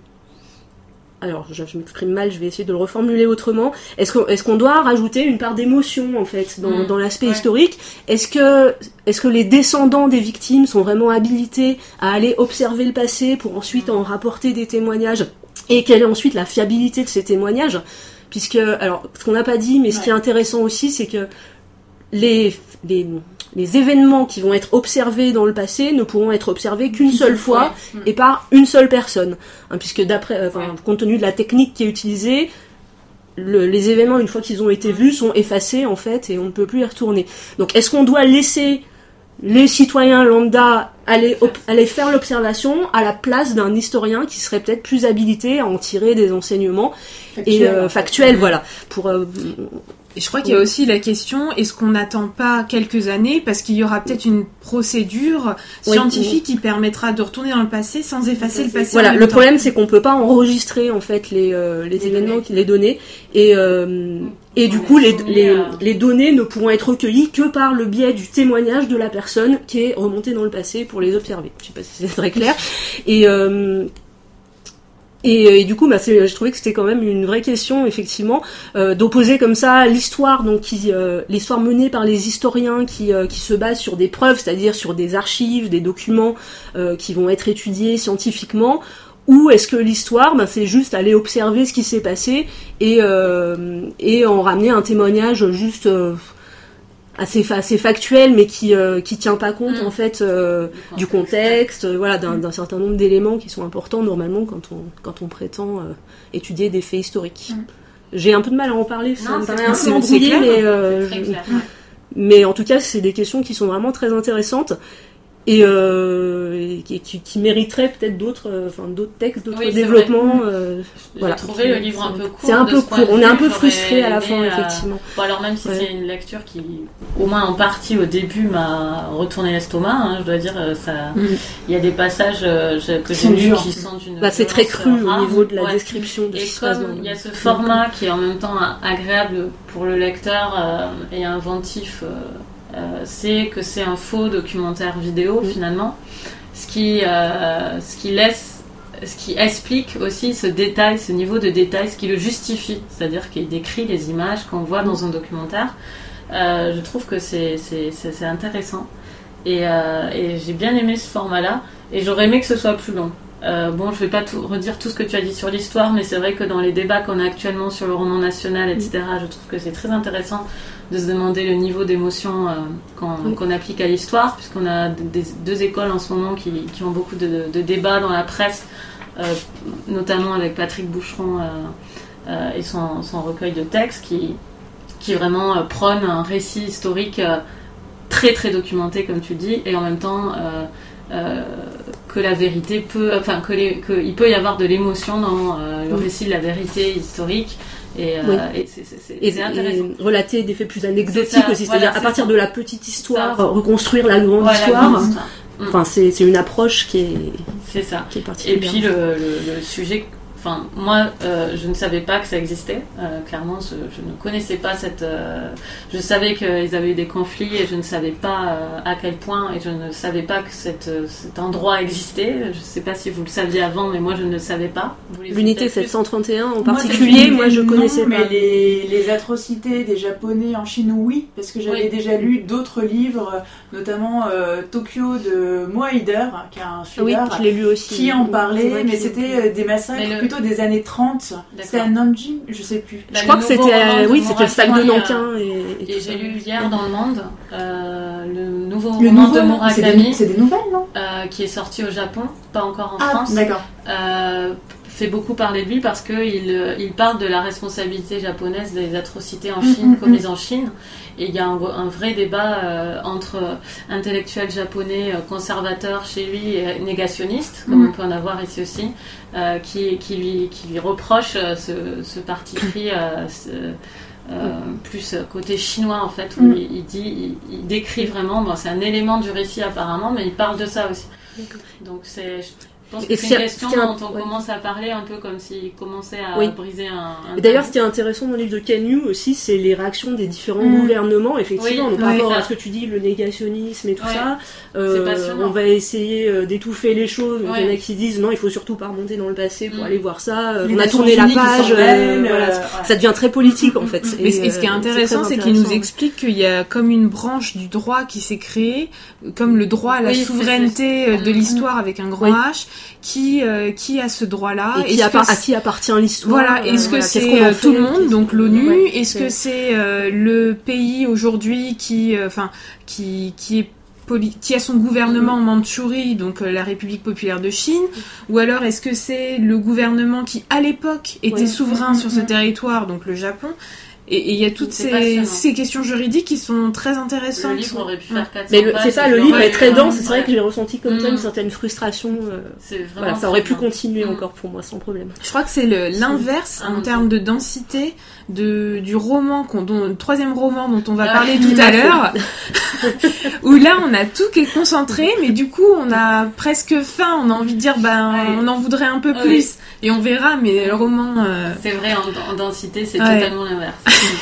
alors je, je m'exprime mal, je vais essayer de le reformuler autrement. Est-ce qu'on, est-ce qu'on doit rajouter une part d'émotion en fait dans, mmh, dans l'aspect ouais. historique ? Est-ce que, est-ce que les descendants des victimes sont vraiment habilités à aller observer le passé pour ensuite en rapporter des témoignages ? Et quelle est ensuite la fiabilité de ces témoignages ? Puisque, alors, ce qu'on n'a pas dit, mais ce ouais. qui est intéressant aussi, c'est que les, les les événements qui vont être observés dans le passé ne pourront être observés qu'une une seule fois, fois et par une seule personne. Hein, puisque d'après, enfin, ouais. compte tenu de la technique qui est utilisée, le, les événements, une fois qu'ils ont été vus, sont effacés en fait et on ne peut plus y retourner. Donc est-ce qu'on doit laisser les citoyens lambda aller, op- aller faire l'observation à la place d'un historien qui serait peut-être plus habilité à en tirer des enseignements factuels, et euh, factuels, voilà, pour... Euh, Et je crois qu'il y a aussi la question, est-ce qu'on n'attend pas quelques années parce qu'il y aura peut-être une procédure scientifique oui, oui. qui permettra de retourner dans le passé sans effacer le passé. Voilà, le temps. Problème c'est qu'on peut pas enregistrer en fait les, euh, les, les événements, données. les données, et, euh, et du coup les, les, les données ne pourront être recueillies que par le biais du témoignage de la personne qui est remontée dans le passé pour les observer. Je sais pas si c'est très clair. Et... Euh, Et, et du coup, bah, c'est, je trouvais que c'était quand même une vraie question, effectivement, euh, d'opposer comme ça l'histoire, donc qui, euh, l'histoire menée par les historiens qui, euh, qui se basent sur des preuves, c'est-à-dire sur des archives, des documents euh, qui vont être étudiés scientifiquement, ou est-ce que l'histoire, bah, c'est juste aller observer ce qui s'est passé et, euh, et en ramener un témoignage juste euh, assez assez factuel mais qui euh, qui tient pas compte mmh. en fait euh, du contexte, euh, voilà d'un, d'un certain nombre d'éléments qui sont importants normalement quand on quand on prétend euh, étudier des faits historiques. Mmh. J'ai un peu de mal à en parler, ça non, me paraît un peu embrouillé, mais euh, je... mais en tout cas c'est des questions qui sont vraiment très intéressantes. Et, euh, et qui, qui, qui mériterait peut-être d'autres, euh, enfin d'autres textes, d'autres oui, développements. Euh, J'ai voilà. trouvé le livre un peu court. C'est un peu court. On est un peu frustré à la fin, euh, effectivement. Bon, alors même si ouais. c'est une lecture qui, au moins en partie au début, m'a retourné l'estomac. Hein, je dois dire, ça. Il mm. y a des passages euh, que j'ai lus qui sont d'une. Bah, c'est très cru rare. au niveau de la ouais. description de et ce qui se passe. Il y a ce format qui est en même temps agréable pour le lecteur euh, et inventif. Euh, Euh, c'est que c'est un faux documentaire vidéo mmh. finalement, ce qui, euh, ce qui laisse, ce qui explique aussi ce détail, ce niveau de détail, ce qui le justifie, c'est-à-dire qu'il décrit les images qu'on voit dans un documentaire. Euh, je trouve que c'est, c'est, c'est, c'est intéressant et, euh, et j'ai bien aimé ce format-là et j'aurais aimé que ce soit plus long. Euh, bon, je vais pas tout, redire tout ce que tu as dit sur l'histoire, mais c'est vrai que dans les débats qu'on a actuellement sur le roman national, et cetera, je trouve que c'est très intéressant de se demander le niveau d'émotion euh, qu'on, oui. qu'on applique à l'histoire, puisqu'on a des, deux écoles en ce moment qui, qui ont beaucoup de, de débats dans la presse, euh, notamment avec Patrick Boucheron euh, euh, et son, son recueil de textes, qui, qui vraiment euh, prône un récit historique euh, très très documenté, comme tu dis, et en même temps... Euh, euh, que la vérité peut, enfin que les, que il peut y avoir de l'émotion dans euh, le oui. récit de la vérité historique et, euh, oui. et c'est, c'est, c'est, et, c'est intéressant. Et relater des faits plus anecdotiques ça, aussi, c'est-à-dire voilà, à partir ça. de la petite histoire, ça. reconstruire la grande voilà, histoire. La grande histoire. Enfin, c'est, c'est une approche qui est, c'est ça. Qui est particulière. Et puis le, le, le sujet. Enfin, moi, euh, je ne savais pas que ça existait. Euh, clairement, je, je ne connaissais pas cette. Euh, je savais qu'ils avaient eu des conflits et je ne savais pas euh, à quel point, et je ne savais pas que cette, cet endroit existait. Je ne sais pas si vous le saviez avant, mais moi, je ne le savais pas. L'unité sept cent trente et un en particulier, moi, moi je connaissais non, pas. Mais les, les atrocités des Japonais en Chine, oui, parce que j'avais oui. déjà lu d'autres livres, notamment euh, Tokyo de Mohider, qui est un thriller, oui, je l'ai lu aussi. Qui en parlait, mais c'était des massacres des années trente. D'accord. C'était à Nanjing, je sais plus. Je crois que c'était, euh, oui, c'était le sac de Nankin. Et, et, et j'ai lu hier dans Le Monde euh, le nouveau le roman nouveau, de Murakami. C'est des, c'est des nouvelles, non euh, Qui est sorti au Japon, pas encore en ah, France. D'accord. Euh, fait beaucoup parler de lui parce qu'il il parle de la responsabilité japonaise des atrocités en Chine, mmh, commises mmh. en Chine. Et il y a un, un vrai débat euh, entre intellectuels japonais euh, conservateurs chez lui et négationnistes, comme mmh. on peut en avoir ici aussi, euh, qui, qui, lui, qui lui reprochent euh, ce, ce parti pris euh, ce, euh, plus côté chinois en fait, où mmh. il, il, dit, il, il décrit vraiment, bon, c'est un élément du récit apparemment, mais il parle de ça aussi. Donc c'est... Je pense que c'est une question dont on ouais. commence à parler un peu comme s'il commençait à oui. briser un... un et d'ailleurs, ce qui est intéressant dans le livre de Ken Liu aussi, c'est les réactions des différents mmh. gouvernements, effectivement, oui. par rapport oui, à ce que tu dis, le négationnisme et tout ouais. ça. Euh, on va essayer d'étouffer les choses. Ouais. Il y en a qui disent non, il faut surtout pas remonter dans le passé pour mmh. aller voir ça. Les on a tourné la page. Euh, voilà, euh, ouais. Ça devient très politique, en fait. Mais et, et ce qui est intéressant, c'est, c'est qu'il nous explique qu'il y a comme une branche du droit qui s'est créée, comme le droit à la oui, souveraineté c'est, c'est... de l'histoire avec un grand oui. H, qui euh, qui a ce droit-là et qui a à qui appartient l'histoire. Voilà, est-ce que voilà, c'est euh, tout le monde, donc l'ONU, ouais, est-ce c'est... que c'est euh, le pays aujourd'hui qui enfin euh, qui qui est Poli- qui a son gouvernement en Mandchourie, donc euh, la République populaire de Chine, ou alors est-ce que c'est le gouvernement qui à l'époque était ouais. souverain mmh, sur ce mmh. territoire, donc le Japon. Et il y a toutes ces, ces questions juridiques qui sont très intéressantes. Le livre aurait pu faire quatre cents Mais le, pages. C'est ça, le livre ouais, est très ouais, dense. C'est ouais. vrai que j'ai ressenti comme mmh. ça une certaine frustration. Euh, c'est vraiment voilà, ça aurait pu bien. continuer mmh. encore pour moi sans problème. Je crois que c'est le, l'inverse c'est... en termes de densité de, du roman, qu'on, dont, le troisième roman dont on va ah, parler tout à l'heure, où là on a tout qui est concentré, mais du coup on a presque faim, on a envie de dire ben ouais. on en voudrait un peu plus, ouais. et on verra, mais le roman... Euh... C'est vrai, en, en densité c'est ouais. totalement l'inverse.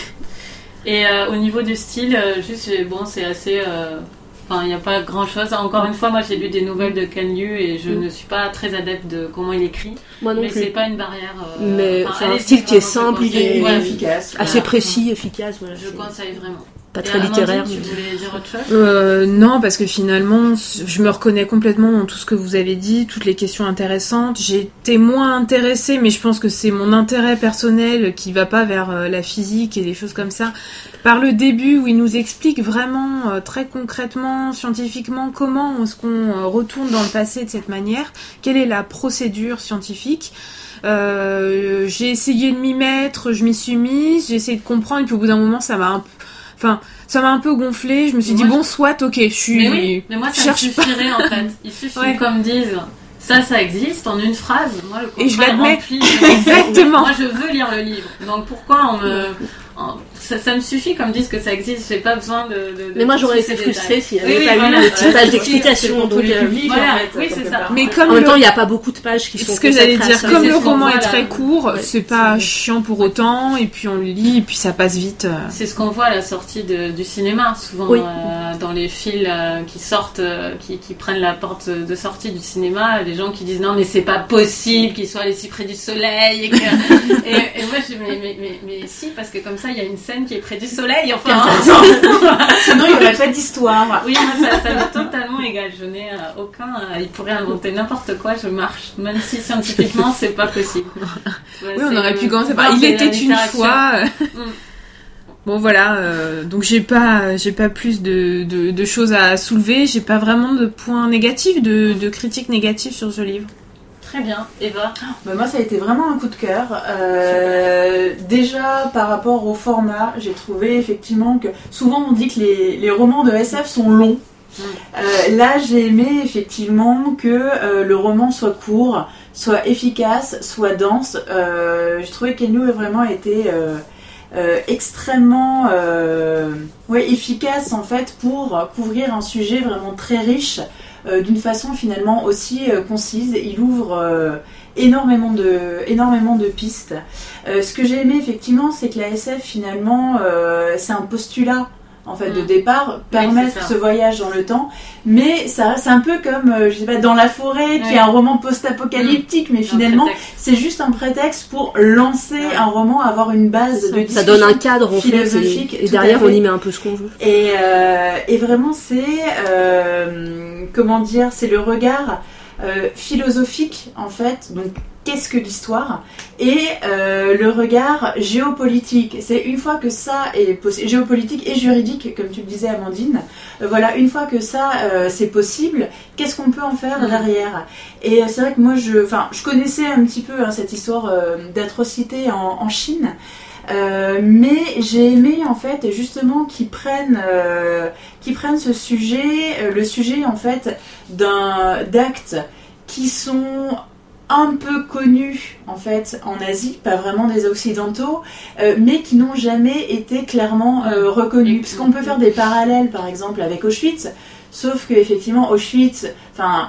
Et euh, au niveau du style, euh, juste, bon, c'est assez... Euh... Enfin, il n'y a pas grand-chose. Encore une fois, moi, j'ai lu des nouvelles de Ken Liu et je mm. ne suis pas très adepte de comment il écrit. Moi non mais plus. c'est pas une barrière... Euh... Mais enfin, c'est un style qui est simple, il est ouais, efficace. Assez voilà. précis, mm. efficace. Voilà, je c'est... conseille vraiment. Pas très littéraire. Tu voulais dire autre chose ? euh, Non, parce que finalement, je me reconnais complètement dans tout ce que vous avez dit, toutes les questions intéressantes. J'ai été moins intéressée, mais je pense que c'est mon intérêt personnel qui va pas vers euh, la physique et des choses comme ça. Par le début, où il nous explique vraiment, euh, très concrètement, scientifiquement, comment est-ce qu'on euh, retourne dans le passé de cette manière, quelle est la procédure scientifique. Euh, j'ai essayé de m'y mettre, je m'y suis mise, j'ai essayé de comprendre, et puis au bout d'un moment, ça m'a un peu... Enfin, ça m'a un peu gonflé. Je me suis dit, moi, bon, soit, ok, je suis... Mais oui, mais moi, ça me suffirait, pas. en fait. Il suffit ouais. comme disent... Ça, ça existe en une phrase. Moi, le et je l'admets. Rempli, exactement. Moi, je veux lire le livre. Donc, pourquoi on me... Ça, ça me suffit comme disent que ça existe, j'ai pas besoin de. de, de mais moi j'aurais été frustrée s'il n'y avait oui, pas oui, eu voilà. une petite page d'explication. Donc, euh, voilà, oui, c'est ça. Mais comme en même temps, il n'y a pas beaucoup de pages qui sont. Ce que j'allais dire, comme le roman est très court, ouais, c'est pas c'est chiant pour autant, et puis on le lit, et puis ça passe vite. C'est ce qu'on voit à la sortie de, du cinéma, souvent oui. euh, dans les fils euh, qui sortent, euh, qui, qui prennent la porte de sortie du cinéma, les gens qui disent non, mais c'est pas possible qu'ils soient allés si près du soleil. Et, que... et, et moi, je mais, mais, mais, mais si, parce que comme ça, il y a une scène qui est près du soleil. Enfin, sinon il n'y aurait pas d'histoire. Oui, moi ça, ça m'est totalement égal. Je n'ai euh, aucun. Euh, il pourrait inventer n'importe quoi, je marche. Même si scientifiquement, c'est pas possible. Ouais, oui, on aurait pu commencer par. Il était une fois. Mm. Bon voilà, euh, donc j'ai pas, j'ai pas plus de, de, de choses à soulever. J'ai pas vraiment de points négatifs, de, de critiques négatives sur ce livre. Très bien, Eva. Bah moi ça a été vraiment un coup de cœur. Euh, déjà par rapport au format, j'ai trouvé effectivement que souvent on dit que les, les romans de S F sont longs. Mm. Euh, là j'ai aimé effectivement que euh, le roman soit court, soit efficace, soit dense. Euh, j'ai trouvé qu'Enn Liu a vraiment été euh, euh, extrêmement euh, ouais, efficace en fait pour couvrir un sujet vraiment très riche. Euh, d'une façon finalement aussi euh, concise. Il ouvre euh, énormément, de, énormément de pistes. Euh, ce que j'ai aimé effectivement, c'est que la S F finalement, euh, c'est un postulat en fait, mmh. de départ, permettre oui, ce voyage dans le temps, mais ça, c'est un peu comme, euh, je sais pas, Dans la forêt, qui oui. est un roman post-apocalyptique, mmh. mais finalement, c'est juste un prétexte pour lancer ouais. un roman, avoir une base ça, de discussion ça donne un cadre en philosophique, fait, et, et derrière on y met un peu ce qu'on veut. Et, euh, et vraiment, c'est, euh, comment dire, c'est le regard euh, philosophique, en fait, donc qu'est-ce que l'histoire, et euh, le regard géopolitique. C'est une fois que ça est possible, géopolitique et juridique, comme tu le disais Amandine, euh, voilà, une fois que ça euh, c'est possible, qu'est-ce qu'on peut en faire mmh. derrière. Et euh, c'est vrai que moi je, enfin, je connaissais un petit peu hein, cette histoire euh, d'atrocité en, en Chine, euh, mais j'ai aimé en fait justement qu'ils prennent, euh, qu'ils prennent ce sujet, euh, le sujet en fait d'un d'actes qui sont un peu connus en fait en Asie, pas vraiment des occidentaux, euh, mais qui n'ont jamais été clairement euh, reconnus. Parce qu'on peut faire des parallèles par exemple avec Auschwitz, sauf que effectivement Auschwitz, enfin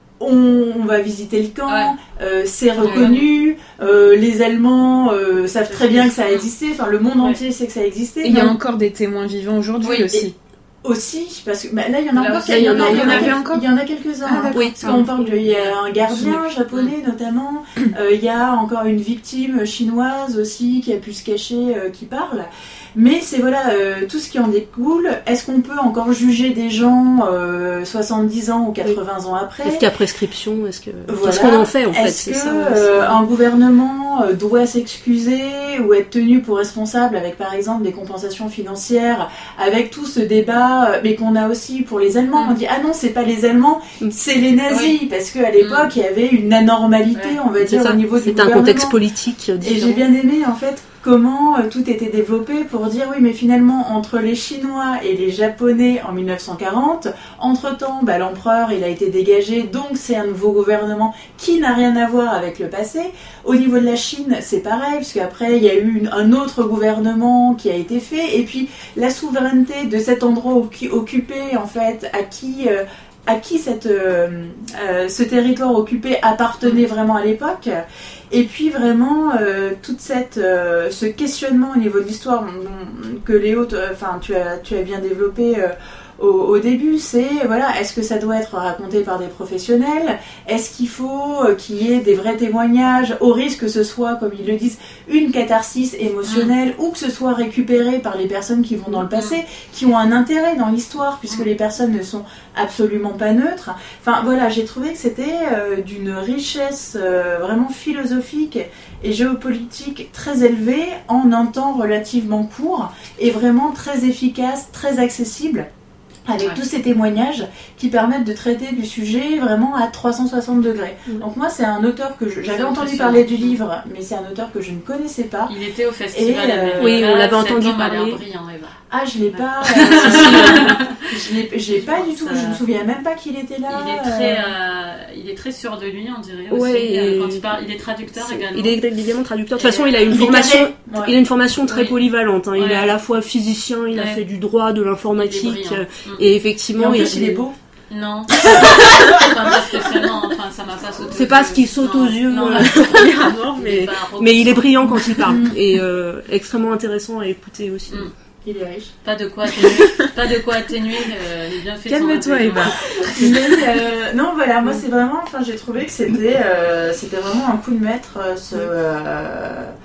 on, on va visiter le camp, ouais. euh, c'est reconnu, euh, les Allemands euh, savent très bien que ça a existé, enfin le monde ouais. entier sait que ça a existé. Et il y a encore des témoins vivants aujourd'hui oui, aussi. Et, Aussi, parce que bah, là il y en a là, encore, il y en a, il y en avait encore, il y en a quelques-uns. Ah, hein, oui, parce qu'on parle de, il y a un gardien japonais notamment, euh, il y a encore une victime chinoise aussi qui a pu se cacher, euh, qui parle. Mais c'est voilà euh, tout ce qui en découle. Est-ce qu'on peut encore juger des gens euh, soixante-dix ans ou quatre-vingts oui. ans après ? Est-ce qu'il y a prescription ? Est-ce que voilà. Qu'est-ce qu'on en fait en fait ? Est-ce que ça, euh, un gouvernement doit s'excuser ou être tenu pour responsable avec par exemple des compensations financières, avec tout ce débat, mais qu'on a aussi pour les Allemands. Mm. On dit ah non c'est pas les Allemands, c'est les nazis oui. parce qu'à l'époque mm. il y avait une anormalité ouais. on va dire ça. Au niveau c'est du gouvernement. C'est un contexte politique différent. Et j'ai bien aimé en fait comment euh, tout était développé pour dire oui mais finalement entre les Chinois et les Japonais en mille neuf cent quarante, entre temps bah, l'empereur il a été dégagé, donc c'est un nouveau gouvernement qui n'a rien à voir avec le passé. Au niveau de la Chine c'est pareil parce qu'après il y a eu une, un autre gouvernement qui a été fait, et puis la souveraineté de cet endroit occupé en fait à qui euh, à qui cette, euh, euh, ce territoire occupé appartenait vraiment à l'époque. Et puis vraiment euh, toute cette euh, ce questionnement au niveau de l'histoire que Léo, enfin tu as tu as bien développé euh, au, au début, c'est voilà, est-ce que ça doit être raconté par des professionnels ? Est-ce qu'il faut euh, qu'il y ait des vrais témoignages, au risque que ce soit, comme ils le disent, une catharsis émotionnelle, mmh. ou que ce soit récupéré par les personnes qui vont dans le passé, mmh. qui ont un intérêt dans l'histoire, puisque mmh. les personnes ne sont absolument pas neutres. Enfin voilà, j'ai trouvé que c'était euh, d'une richesse euh, vraiment philosophique et géopolitique très élevée en un temps relativement court et vraiment très efficace, très accessible, avec ouais. tous ces témoignages qui permettent de traiter du sujet vraiment à trois cent soixante degrés. Mmh. Donc moi c'est un auteur que je, j'avais entendu parler du livre, mais c'est un auteur que je ne connaissais pas. Il était au festival. Et, euh, oui, on l'avait entendu parler. Brillant, Eva. Ah, je l'ai pas. Euh, si, si, euh, je l'ai, j'ai pas du tout. Je me souviens même pas qu'il était là. Il est très, euh, il est très sûr de lui, on dirait aussi. Ouais, euh, quand il parle, il est traducteur c'est, également. Il est évidemment traducteur. De toute façon, il a une il formation. Ouais. Il a une formation très oui. polyvalente. Hein. Ouais. Il est à la fois physicien, il ouais. a fait du droit, de l'informatique, et effectivement, et en plus, il, il est beau. Non. Enfin, pas spécialement. Enfin, ça m'a pas sauté. C'est pas ce qui saute non, aux yeux, non, non, mais mais il est brillant quand il parle et euh, extrêmement intéressant à écouter aussi. Mm. Il est riche. Pas de quoi atténuer. pas de quoi atténuer. Euh, les bienfaits. Calme-toi, Eva. Mais euh, non, voilà, moi c'est vraiment. Enfin, j'ai trouvé que c'était, euh, c'était vraiment un coup de maître. Ce, euh,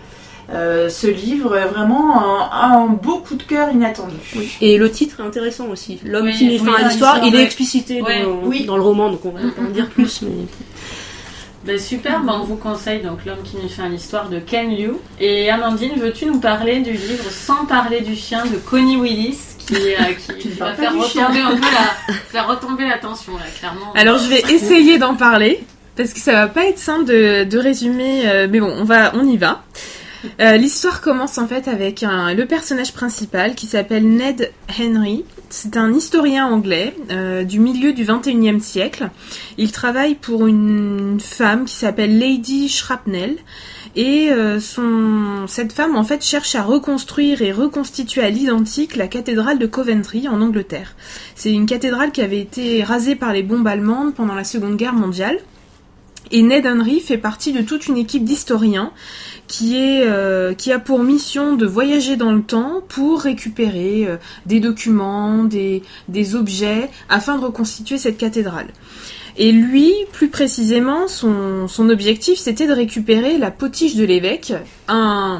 Euh, ce livre est vraiment un, un beau coup de cœur inattendu. Oui. Et le titre est intéressant aussi. L'homme oui, qui met fin oui, à l'histoire, il oui. est explicité oui. dans, oui. dans le roman, donc on va pas en dire plus. Mais... Ben super, ben on vous conseille donc L'homme qui met fin à l'histoire de Ken Liu. Et Amandine, veux-tu nous parler du livre Sans parler du chien de Connie Willis qui, euh, qui, qui va faire retomber, un peu la, faire retomber la tension là, clairement. Alors je vais essayer d'en parler parce que ça va pas être simple de, de résumer, euh, mais bon, on va, on y va. Euh, l'histoire commence en fait avec un, le personnage principal qui s'appelle Ned Henry. C'est un historien anglais euh, du milieu du vingt et unième siècle. Il travaille pour une femme qui s'appelle Lady Shrapnel. Et euh, son, cette femme en fait cherche à reconstruire et reconstituer à l'identique la cathédrale de Coventry en Angleterre. C'est une cathédrale qui avait été rasée par les bombes allemandes pendant la Seconde Guerre mondiale. Et Ned Henry fait partie de toute une équipe d'historiens qui, est, euh, qui a pour mission de voyager dans le temps pour récupérer euh, des documents, des, des objets, afin de reconstituer cette cathédrale. Et lui, plus précisément, son, son objectif, c'était de récupérer la potiche de l'évêque, un...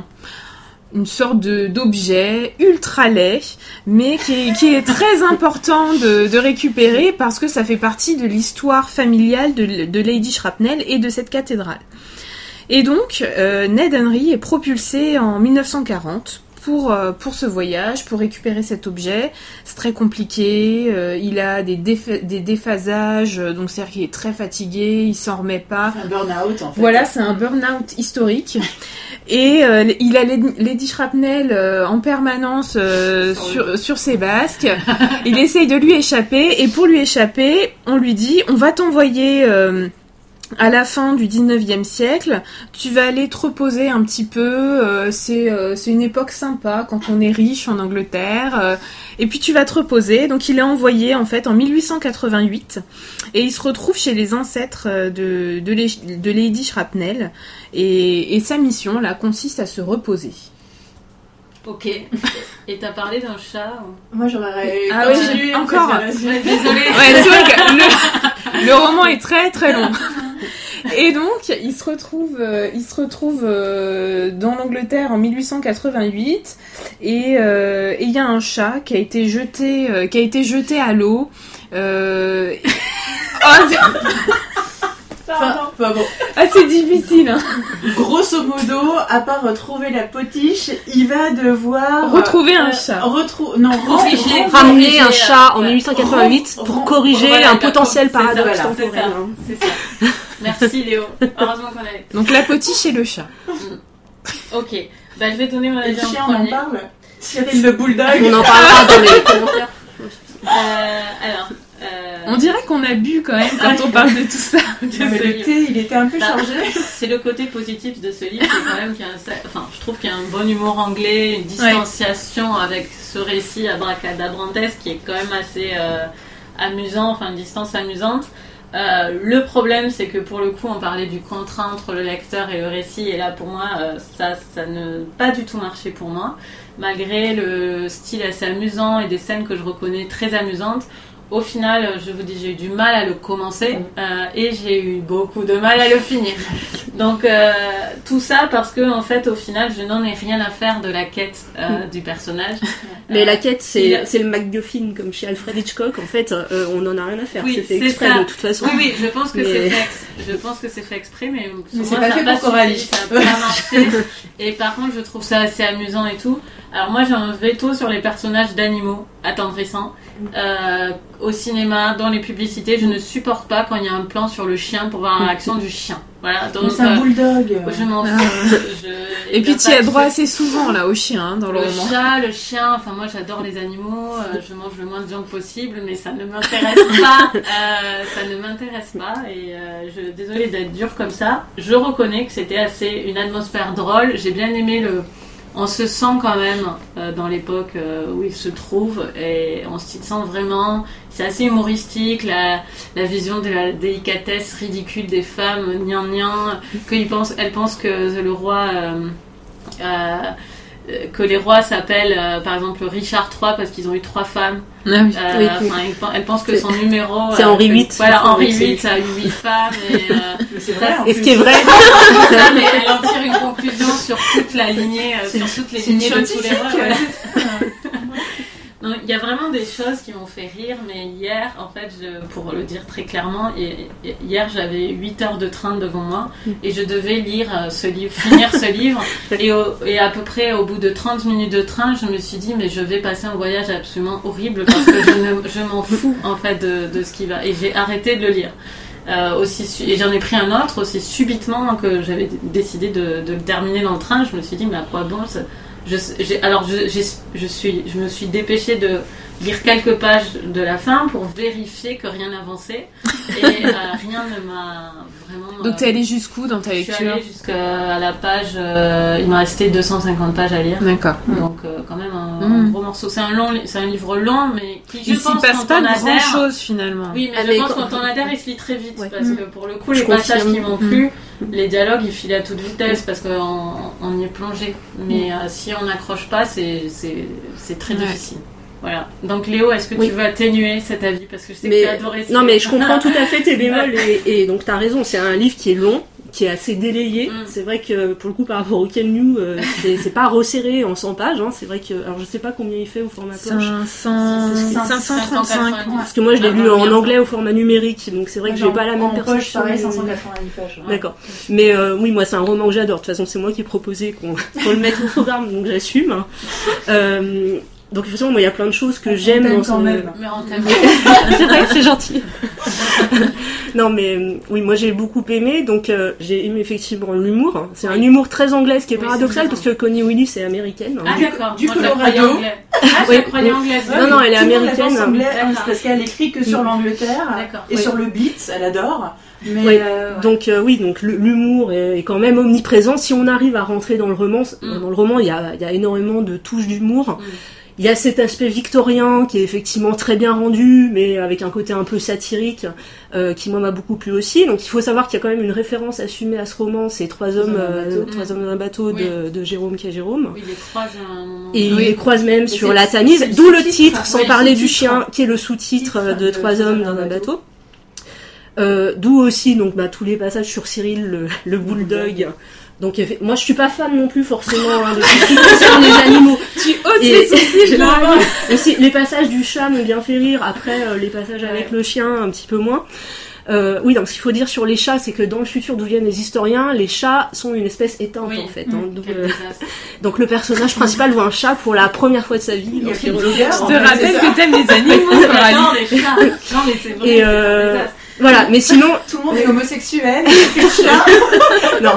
une sorte de, d'objet ultra laid, mais qui est, qui est très important de, de récupérer parce que ça fait partie de l'histoire familiale de, de Lady Shrapnel et de cette cathédrale. Et donc, euh, Ned Henry est propulsé en dix-neuf cent quarante pour, euh, pour ce voyage, pour récupérer cet objet. C'est très compliqué, euh, il a des, défa- des déphasages, donc c'est-à-dire qu'il est très fatigué, il s'en remet pas. C'est un burn-out en fait. Voilà, c'est un burn-out historique. Et euh, il a Lady Shrapnel euh, en permanence euh, sur, sur ses basques. Il essaye de lui échapper, et pour lui échapper, on lui dit, on va t'envoyer... Euh, à la fin du dix-neuvième siècle, tu vas aller te reposer un petit peu, euh, c'est, euh, c'est une époque sympa quand on est riche en Angleterre, euh, et puis tu vas te reposer. Donc il est envoyé en fait en dix-huit cent quatre-vingt-huit, et il se retrouve chez les ancêtres de, de, les, de Lady Shrapnel, et, et sa mission là consiste à se reposer. Ok. Et t'as parlé d'un chat ou... Moi j'aurais... Ah oui, j'ai... encore. Ouais, désolée. Ouais, c'est vrai que le, le roman est très très long. Et donc, il se retrouve, euh, il se retrouve euh, dans l'Angleterre en dix-huit cent quatre-vingt-huit, et il euh, y a un chat qui a été jeté, euh, qui a été jeté à l'eau. Euh... oh, Enfin, enfin bon. Ah, c'est difficile, hein. Grosso modo, à part retrouver la potiche, il va devoir... Retrouver euh, un chat. Retrou... Non, Corriger, re- Ramener un corriger, chat euh, en dix-huit cent quatre-vingt-huit re- pour re- corriger voilà, un potentiel c'est ça, paradoxe voilà, temporel. C'est ça. C'est ça. Merci Léo. Heureusement qu'on est. Donc la potiche et le chat. Ok. Bah, je vais donner mon Et avis le en chien, on en premier. parle. Cyril le bulldog. On en parlera dans les commentaires. Euh, alors. Euh... On dirait qu'on a bu quand même quand on parle de tout ça. de Non, ce mais le livre. thé, il était un peu Bah, chargé. C'est le côté positif de ce livre, c'est quand même qu'il y a un, enfin, je trouve qu'il y a un bon humour anglais, une distanciation ouais. avec ce récit abracadabrantesque qui est quand même assez euh, amusant, enfin une distance amusante. Euh, le problème, c'est que pour le coup, on parlait du contrat entre le lecteur et le récit, et là pour moi, euh, ça, ça ne pas du tout marché pour moi, malgré le style assez amusant et des scènes que je reconnais très amusantes. Au final, je vous dis, j'ai eu du mal à le commencer euh, et j'ai eu beaucoup de mal à le finir. Donc euh, tout ça parce que en fait, au final, je n'en ai rien à faire de la quête euh, du personnage. Mais euh, la quête, c'est, a... c'est le MacGuffin comme chez Alfred Hitchcock. En fait, euh, on n'en a rien à faire. Oui, c'est fait c'est exprès ça. de toute façon. Oui, oui, je pense que mais... c'est fait. Ex... Je pense que c'est fait exprès, mais, mais moi, c'est pas ça fait n'a pour pas Coralie. suffi, ça n'a pas marché. Et par contre, je trouve ça assez amusant et tout. Alors moi, j'ai un veto sur les personnages d'animaux attendrissants. Euh, au cinéma, dans les publicités, je ne supporte pas quand il y a un plan sur le chien pour voir la réaction du chien. Voilà, donc mais c'est un euh, bulldog. je m'en Ah. fous. Je... Et puis tu y pas as droit de- assez souvent là au chien hein, dans le, le roman. chat, le chien, enfin moi j'adore les animaux, euh, je mange le moins de viande possible, mais ça ne m'intéresse pas, euh, ça ne m'intéresse pas, et euh, je, désolée d'être dure comme ça, je reconnais que c'était assez une atmosphère drôle, j'ai bien aimé le... On se sent quand même euh, dans l'époque euh, où il se trouve, et on s'y sent vraiment, c'est assez humoristique, la, la vision de la délicatesse ridicule des femmes, gnan gnan, qu'elles pensent, elles pensent que le roi... Euh, euh, que les rois s'appellent euh, par exemple Richard trois parce qu'ils ont eu trois femmes. Ah oui. Euh, oui, oui. Elle pense que son numéro c'est euh, Henri huit. Voilà, Henri huit, ça a eu huit femmes. Et, euh, c'est vrai. Et ce qui est vrai. ça, mais elle en tire une conclusion sur toute la lignée, euh, sur toutes les lignées de tous les rois. Voilà. Il y a vraiment des choses qui m'ont fait rire, mais hier, en fait, je, pour le dire très clairement, et, et, hier j'avais huit heures de train devant moi et je devais lire euh, ce livre, finir ce livre. Et, au, et à peu près au bout de trente minutes de train, je me suis dit, mais je vais passer un voyage absolument horrible parce que je, ne, je m'en fous en fait de, de ce qui va. Et j'ai arrêté de le lire. Euh, aussi, et j'en ai pris un autre aussi subitement que j'avais décidé de, de le terminer dans le train. Je me suis dit, mais à quoi bon ça, Je, j'ai, alors je, j'ai, je, suis, je me suis dépêchée de lire quelques pages de la fin pour vérifier que rien n'avançait et euh, rien ne m'a vraiment... Donc t'es allée jusqu'où dans ta lecture ? Je suis allée jusqu'à la page... Euh, il m'a resté deux cent cinquante pages à lire. D'accord. Donc euh, quand même un, mmh. un gros morceau. C'est un, long, c'est un livre long, mais qui je il pense s'y passe quand pas on adhère... grand-chose finalement. Oui, mais Avec... je pense quand on adhère, il se lit très vite. Ouais. Parce mmh. que pour le coup, je les passages confirme. qui m'ont mmh. plu, les dialogues, ils filent à toute vitesse parce qu'on on y est plongé. Mais euh, si on n'accroche pas, c'est, c'est, c'est très ouais. difficile. Voilà. Donc Léo, est-ce que oui. tu veux atténuer cet avis parce que je sais mais, que tu as adoré ça. Non, mais je comprends tout à fait tes bémols et, et donc t'as raison, c'est un livre qui est long, qui est assez délayé. Mm. C'est vrai que pour le coup, par rapport au Ken Liu, euh, c'est, c'est pas resserré en cent pages. Hein. C'est vrai que, alors je sais pas combien il fait au format poche. cinq cent trente-cinq. Parce que moi je l'ai lu en anglais au format numérique, donc c'est vrai que j'ai pas la même perception. Pareil, cinq cent quatre-vingt-dix pages. Ouais. D'accord. Mais euh, oui, moi c'est un roman que j'adore. De toute façon, c'est moi qui ai proposé qu'on, qu'on le mette au programme, donc j'assume. Euh, Donc effectivement, moi il y a plein de choses que on j'aime dans quand ce... même. Mais on t'aime. C'est vrai, c'est gentil. Non mais oui, moi j'ai beaucoup aimé, donc euh, j'ai aimé effectivement l'humour. C'est oui. un humour très anglais, ce qui est oui, paradoxal c'est parce que Connie Willis est américaine. Ah d'accord. Du Colorado. Ah, je oui. croyais anglaise. Non non, elle est américaine. Anglais, parce qu'elle écrit que sur l'Angleterre et oui. sur le beat, elle adore. Mais oui. Euh, ouais. Donc euh, oui, donc l'humour est, est quand même omniprésent. Si on arrive à rentrer dans le roman, mm. dans le roman, il y a, il y a énormément de touches d'humour. Mm. Il y a cet aspect victorien qui est effectivement très bien rendu, mais avec un côté un peu satirique, euh, qui moi m'a beaucoup plu aussi. Donc il faut savoir qu'il y a quand même une référence assumée à ce roman, c'est Trois hommes, euh, Trois hommes dans un bateau oui. de, de Jérôme K. Jérôme. Oui, il les croise à un moment. Et oui. il les croise même mais sur la Tamise, d'où le titre, sans oui, parler du chien, qui est le sous-titre de Trois hommes dans un bateau. Euh, d'où aussi donc bah, tous les passages sur Cyril, le, le bulldog. Donc moi je suis pas fan non plus forcément hein, de ce qui concerne les animaux. Tu oses les sourcils là. Aussi les passages du chat m'ont bien fait rire. Après euh, les passages ouais. avec le chien un petit peu moins. Euh, oui, donc ce qu'il faut dire sur les chats, c'est que dans le futur d'où viennent les historiens, les chats sont une espèce éteinte oui. en fait. Hein, donc, euh, donc le personnage principal voit un chat pour la première fois de sa vie. Il donc, il je te rappelle que t'aimes les animaux. Non, les chats. Non mais c'est vrai. Et euh, voilà, mais sinon tout le monde est homosexuel. Chat. Non.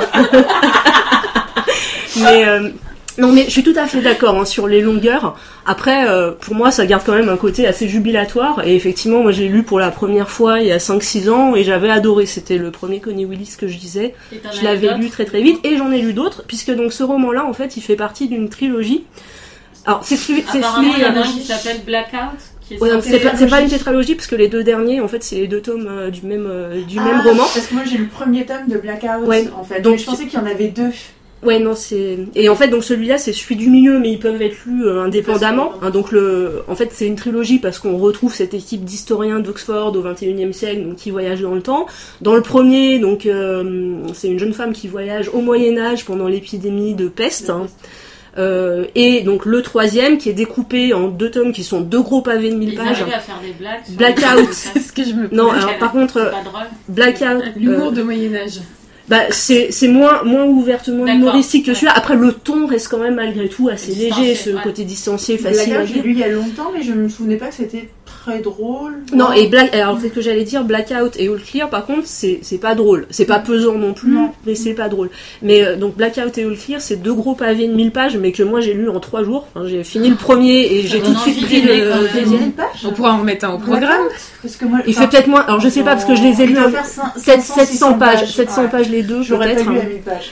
mais euh, non, mais je suis tout à fait d'accord hein, sur les longueurs. Après, euh, pour moi, ça garde quand même un côté assez jubilatoire. Et effectivement, moi, j'ai lu pour la première fois il y a cinq six ans et j'avais adoré. C'était le premier Connie Willis que je disais. Je l'avais lu très très vite et j'en ai lu d'autres, puisque donc ce roman-là, en fait, il fait partie d'une trilogie. Alors, c'est celui, c'est apparemment, celui, il y en a un qui s'appelle Blackout. Ouais, donc c'est pas, c'est pas une tétralogie parce que les deux derniers en fait c'est les deux tomes euh, du même euh, du ah, même roman. Parce que moi j'ai lu le premier tome de Blackout ouais. en fait. Donc mais je pensais qu'il y en avait deux. Ouais non c'est et en fait donc celui-là c'est celui du milieu mais ils peuvent être lus euh, indépendamment. Hein, donc le en fait c'est une trilogie parce qu'on retrouve cette équipe d'historiens d'Oxford au vingt et unième siècle donc qui voyagent dans le temps. Dans le premier donc euh, c'est une jeune femme qui voyage au Moyen Âge pendant l'épidémie de peste. Hein. Euh, et donc le troisième qui est découpé en deux tomes qui sont deux gros pavés de mille pages. Ils à faire des blagues. Blackout. C'est ce que je me. Non, alors par contre, Blackout. L'humour euh, de Moyen Âge. Bah c'est c'est moins moins ouvertement humoristique que celui-là. Après le ton reste quand même malgré tout assez distancié, léger, ce ouais. côté distancié, facile à lire. J'ai lu il y a longtemps, mais je me souvenais pas que c'était très drôle. Non, et Black, alors c'est ce que j'allais dire, Blackout et All Clear, par contre, c'est c'est pas drôle, c'est pas pesant non plus, non. mais c'est pas drôle. Mais euh, donc Blackout et All Clear, c'est deux gros pavés de mille pages, mais que moi j'ai lu en trois jours. Enfin, j'ai fini le premier et j'ai tout de suite pris le deuxième. On pourra en mettre un au programme. Parce que moi, il fait peut-être moins. Alors je sais pas parce que je les ai lus sept cents pages, sept cents pages les deux peut-être. Pages, ouais.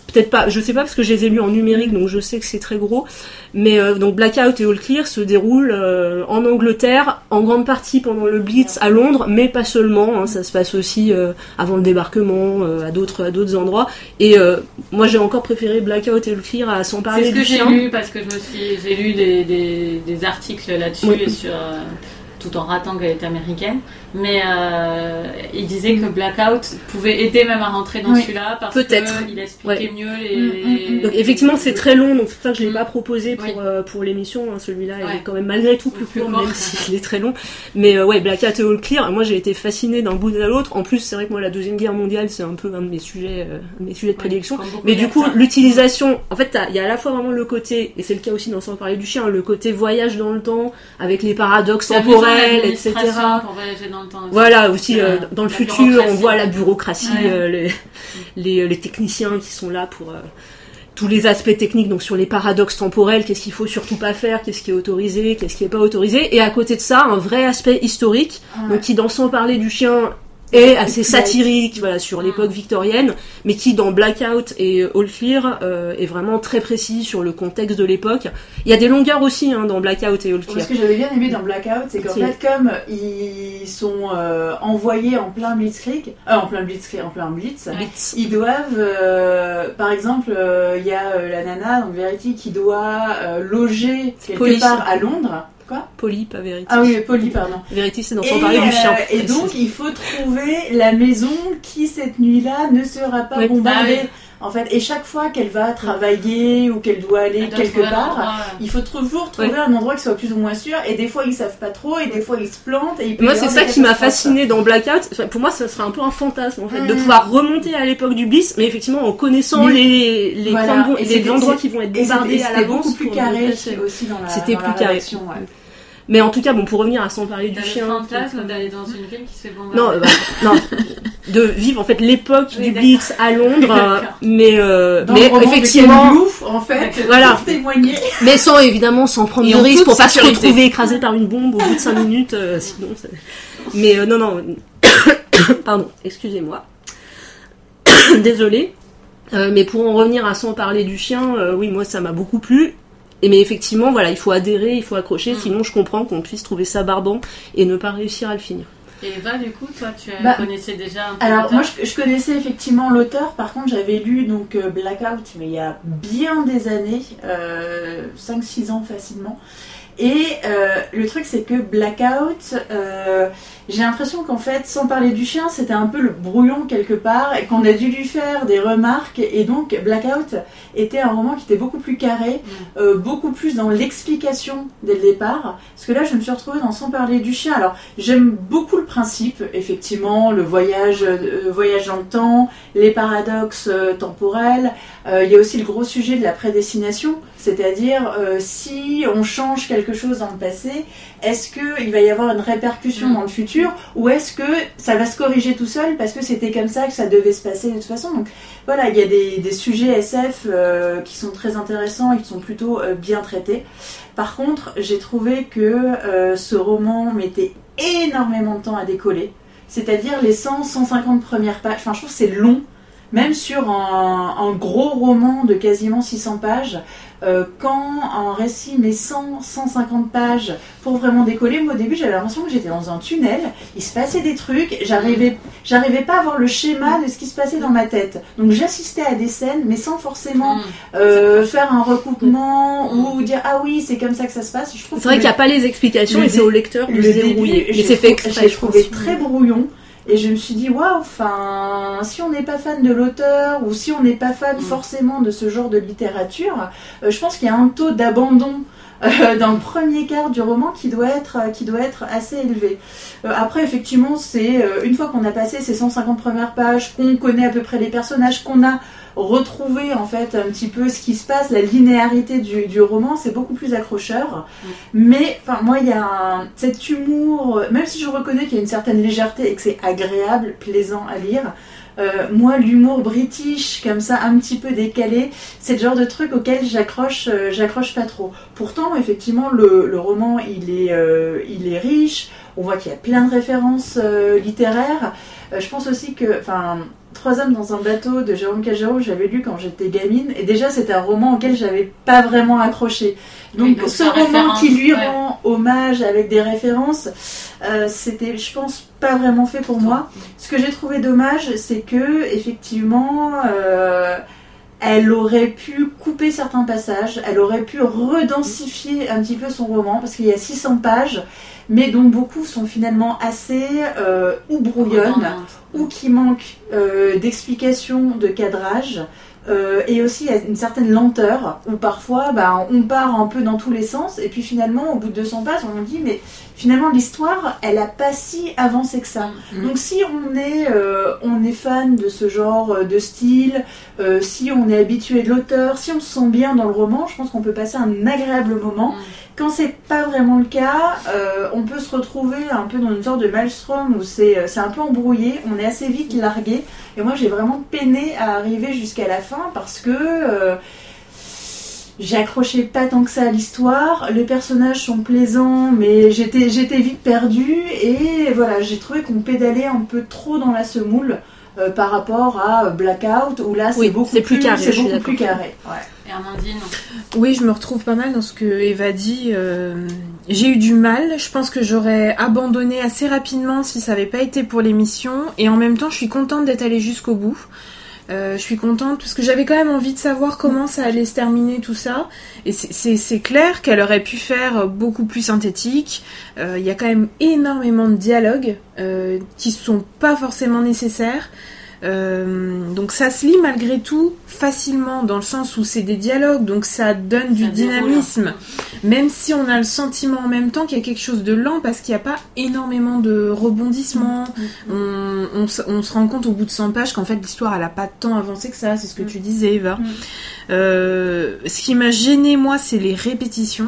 peut-être pas, je sais pas parce que je les ai lus en numérique, donc je sais que c'est très gros. Mais euh, donc Blackout et All Clear se déroulent euh, en Angleterre, en grande partie pendant le Blitz à Londres, mais pas seulement. Hein, ça se passe aussi euh, avant le débarquement, euh, à d'autres à d'autres endroits. Et euh, moi, j'ai encore préféré Blackout et All Clear à Sans parler du chien. C'est ce que j'ai lu parce que je me suis, j'ai lu des des, des articles là-dessus oui. et sur. Euh... tout en ratant qu'elle était américaine, mais euh, il disait que Blackout pouvait aider même à rentrer dans oui. celui-là parce Peut-être. qu'il expliquait ouais. mieux les... Mmh, mmh. Donc effectivement c'est très long, donc c'est pour ça que je ne l'ai pas proposé pour, oui. euh, pour l'émission, hein. Celui-là ouais. il est quand même malgré tout plus, plus court, même s'il est très long, mais euh, ouais, Blackout et All Clear, moi j'ai été fascinée d'un bout à l'autre. En plus c'est vrai que moi la Deuxième Guerre mondiale c'est un peu un de mes sujets, euh, un de mes sujets de prédilection, ouais, mais du coup l'utilisation, en fait il y a à la fois vraiment le côté, et c'est le cas aussi dans Sans parler du chien, le côté voyage dans le temps, avec les paradoxes temporels, et cetera. Pour voyager dans le temps aussi. Voilà, aussi euh, dans le futur, on voit la bureaucratie, ouais. euh, les, les, les techniciens qui sont là pour euh, tous les aspects techniques, donc sur les paradoxes temporels, qu'est-ce qu'il faut surtout pas faire, qu'est-ce qui est autorisé, qu'est-ce qui est pas autorisé, et à côté de ça, un vrai aspect historique, ouais. donc qui dans Sans parler du chien est assez satirique, voilà, sur l'époque victorienne, mais qui dans Blackout et All Clear euh, est vraiment très précis sur le contexte de l'époque. Il y a des longueurs aussi hein, dans Blackout et All Clear. Ce que j'avais bien aimé dans Blackout, c'est qu'en c'est... fait, comme ils sont euh, envoyés en plein Blitzkrieg, euh, en plein Blitzkrieg, en plein Blitz, Blitz. ils doivent, euh, par exemple, il euh, y a euh, la nana, donc Verity, qui doit euh, loger quelque Police. part à Londres. Quoi Polly, pas Verity. Ah oui, Polly, pardon. Verity, c'est dans Sans parler euh, du chien. Et donc, il faut trouver la maison qui, cette nuit-là, ne sera pas oui. bombardée. Ah, oui. En fait, et chaque fois qu'elle va travailler ou qu'elle doit aller Elle quelque part, endroit, ouais. il faut toujours trouver ouais. un endroit qui soit plus ou moins sûr. Et des fois, ils savent pas trop, et des fois, ils se plantent. Et Moi, c'est ça qui m'a fasciné dans Blackout. Pour moi, ça serait un peu un fantasme, en fait, mmh. de pouvoir remonter à l'époque du Blitz, mais effectivement, en connaissant mais, les, les, voilà. bon, les endroits qui vont être bombardés à l'avance. C'était beaucoup plus carré aussi dans la C'était dans plus la carré. rédaction, ouais. Mais en tout cas, bon, pour revenir à Sans parler T'as du chien. le fantasme d'aller dans une ville qui se fait bombarder. Non, euh, bah, non, de vivre en fait l'époque oui, du Blitz à Londres, mais euh, dans mais effectivement, Louf, en fait, voilà, pour témoigner. Mais sans évidemment sans prendre de risque pour pas se retrouver écrasé par une bombe au bout de cinq minutes, euh, sinon. C'est... Mais euh, non, non, pardon, excusez-moi, désolée. Euh, mais pour en revenir à Sans parler du chien, euh, oui, moi ça m'a beaucoup plu. Et mais effectivement, voilà, il faut adhérer, il faut accrocher, mmh. sinon je comprends qu'on puisse trouver ça barbant et ne pas réussir à le finir. Et Eva, du coup, toi, tu bah, connaissais déjà un peu alors, l'auteur ? moi, je, je connaissais effectivement l'auteur. Par contre, j'avais lu donc euh, Blackout, mais il y a bien des années, euh, cinq six ans facilement. Et euh, le truc, c'est que Blackout, euh, j'ai l'impression qu'en fait, Sans parler du chien, c'était un peu le brouillon quelque part, et qu'on a dû lui faire des remarques. Et donc, Blackout était un roman qui était beaucoup plus carré, mmh. euh, beaucoup plus dans l'explication dès le départ. Parce que là, je me suis retrouvée dans Sans parler du chien. Alors, j'aime beaucoup le principe, effectivement, le voyage, euh, voyage dans le temps, les paradoxes euh, temporels. Euh, il y a aussi le gros sujet de la prédestination, c'est-à-dire euh, si on change quelque chose dans le passé, est-ce qu'il va y avoir une répercussion mmh. dans le futur, ou est-ce que ça va se corriger tout seul parce que c'était comme ça que ça devait se passer de toute façon. Donc voilà, il y a des, des sujets S F euh, qui sont très intéressants et qui sont plutôt euh, bien traités. Par contre, j'ai trouvé que euh, ce roman mettait énormément de temps à décoller, c'est-à-dire les cent à cent cinquante premières pages. Enfin, je trouve que c'est long. Même sur un, un gros roman de quasiment six cents pages, euh, quand un récit met cent à cent cinquante pages pour vraiment décoller, moi au début j'avais l'impression que j'étais dans un tunnel, il se passait des trucs, j'arrivais, j'arrivais pas à voir le schéma de ce qui se passait dans ma tête. Donc j'assistais à des scènes, mais sans forcément euh, faire un recoupement ou dire ah oui c'est comme ça que ça se passe. Je trouve c'est vrai qu'il n'y a pas les explications le et c'est au lecteur de se débrouiller. Mais c'est fait exprès. Je trouvais très brouillon. Et je me suis dit, waouh, enfin, si on n'est pas fan de l'auteur ou si on n'est pas fan mmh. forcément de ce genre de littérature, euh, je pense qu'il y a un taux d'abandon euh, dans le premier quart du roman qui doit être, euh, qui doit être assez élevé. Euh, après, effectivement, c'est euh, une fois qu'on a passé ces cent cinquante premières pages, qu'on connaît à peu près les personnages, qu'on a retrouver en fait un petit peu ce qui se passe, la linéarité du, du roman, c'est beaucoup plus accrocheur. Mmh. Mais enfin moi il y a un, cet humour, même si je reconnais qu'il y a une certaine légèreté et que c'est agréable, plaisant à lire, euh, moi l'humour british comme ça un petit peu décalé, c'est le genre de truc auquel j'accroche, euh, j'accroche pas trop. Pourtant effectivement le, le roman il est, euh, il est riche, on voit qu'il y a plein de références euh, littéraires. Euh, je pense aussi que, enfin Trois hommes dans un bateau de Jérôme Calgero, j'avais lu quand j'étais gamine, et déjà c'était un roman auquel j'avais pas vraiment accroché. Donc, oui, donc ce roman qui lui ouais. rend hommage avec des références, euh, c'était, je pense, pas vraiment fait pour moi. Ce que j'ai trouvé dommage, c'est que effectivement, euh, elle aurait pu couper certains passages, elle aurait pu redensifier un petit peu son roman, parce qu'il y a six cents pages, mais dont beaucoup sont finalement assez euh, ou brouillonnes, ou qui manquent euh, d'explications, de cadrage, euh, et aussi il y a une certaine lenteur, où parfois bah, on part un peu dans tous les sens, et puis finalement au bout de deux cents pages on dit mais finalement l'histoire elle a pas si avancé que ça. Mmh. Donc si on est, euh, on est fan de ce genre de style, euh, si on est habitué de l'auteur, si on se sent bien dans le roman, je pense qu'on peut passer un agréable moment. Mmh. Quand c'est pas vraiment le cas, euh, on peut se retrouver un peu dans une sorte de maelstrom où c'est, c'est un peu embrouillé, on est assez vite largué. Et moi j'ai vraiment peiné à arriver jusqu'à la fin parce que euh, j'ai accroché pas tant que ça à l'histoire. Les personnages sont plaisants, mais j'étais, j'étais vite perdue. Et voilà, j'ai trouvé qu'on pédalait un peu trop dans la semoule euh, par rapport à Blackout où là c'est oui, beaucoup, c'est plus, plus, carré, c'est beaucoup plus carré. Ouais. Et Amandine ? Oui, je me retrouve pas mal dans ce que Eva dit. Euh, j'ai eu du mal. Je pense que j'aurais abandonné assez rapidement si ça n'avait pas été pour l'émission. Et en même temps, je suis contente d'être allée jusqu'au bout. Euh, je suis contente parce que j'avais quand même envie de savoir comment ça allait se terminer tout ça. Et c'est, c'est, c'est clair qu'elle aurait pu faire beaucoup plus synthétique. Il euh, y a quand même énormément de dialogues euh, qui sont pas forcément nécessaires. Euh, donc ça se lit malgré tout facilement dans le sens où c'est des dialogues, donc ça donne ça du dynamisme, déroule. Même si on a le sentiment en même temps qu'il y a quelque chose de lent parce qu'il n'y a pas énormément de rebondissements. Mmh. On, on, on se rend compte au bout de cent pages qu'en fait l'histoire elle a pas tant avancé que ça, c'est ce que mmh. tu disais Eva. Mmh. Euh, ce qui m'a gêné moi c'est les répétitions.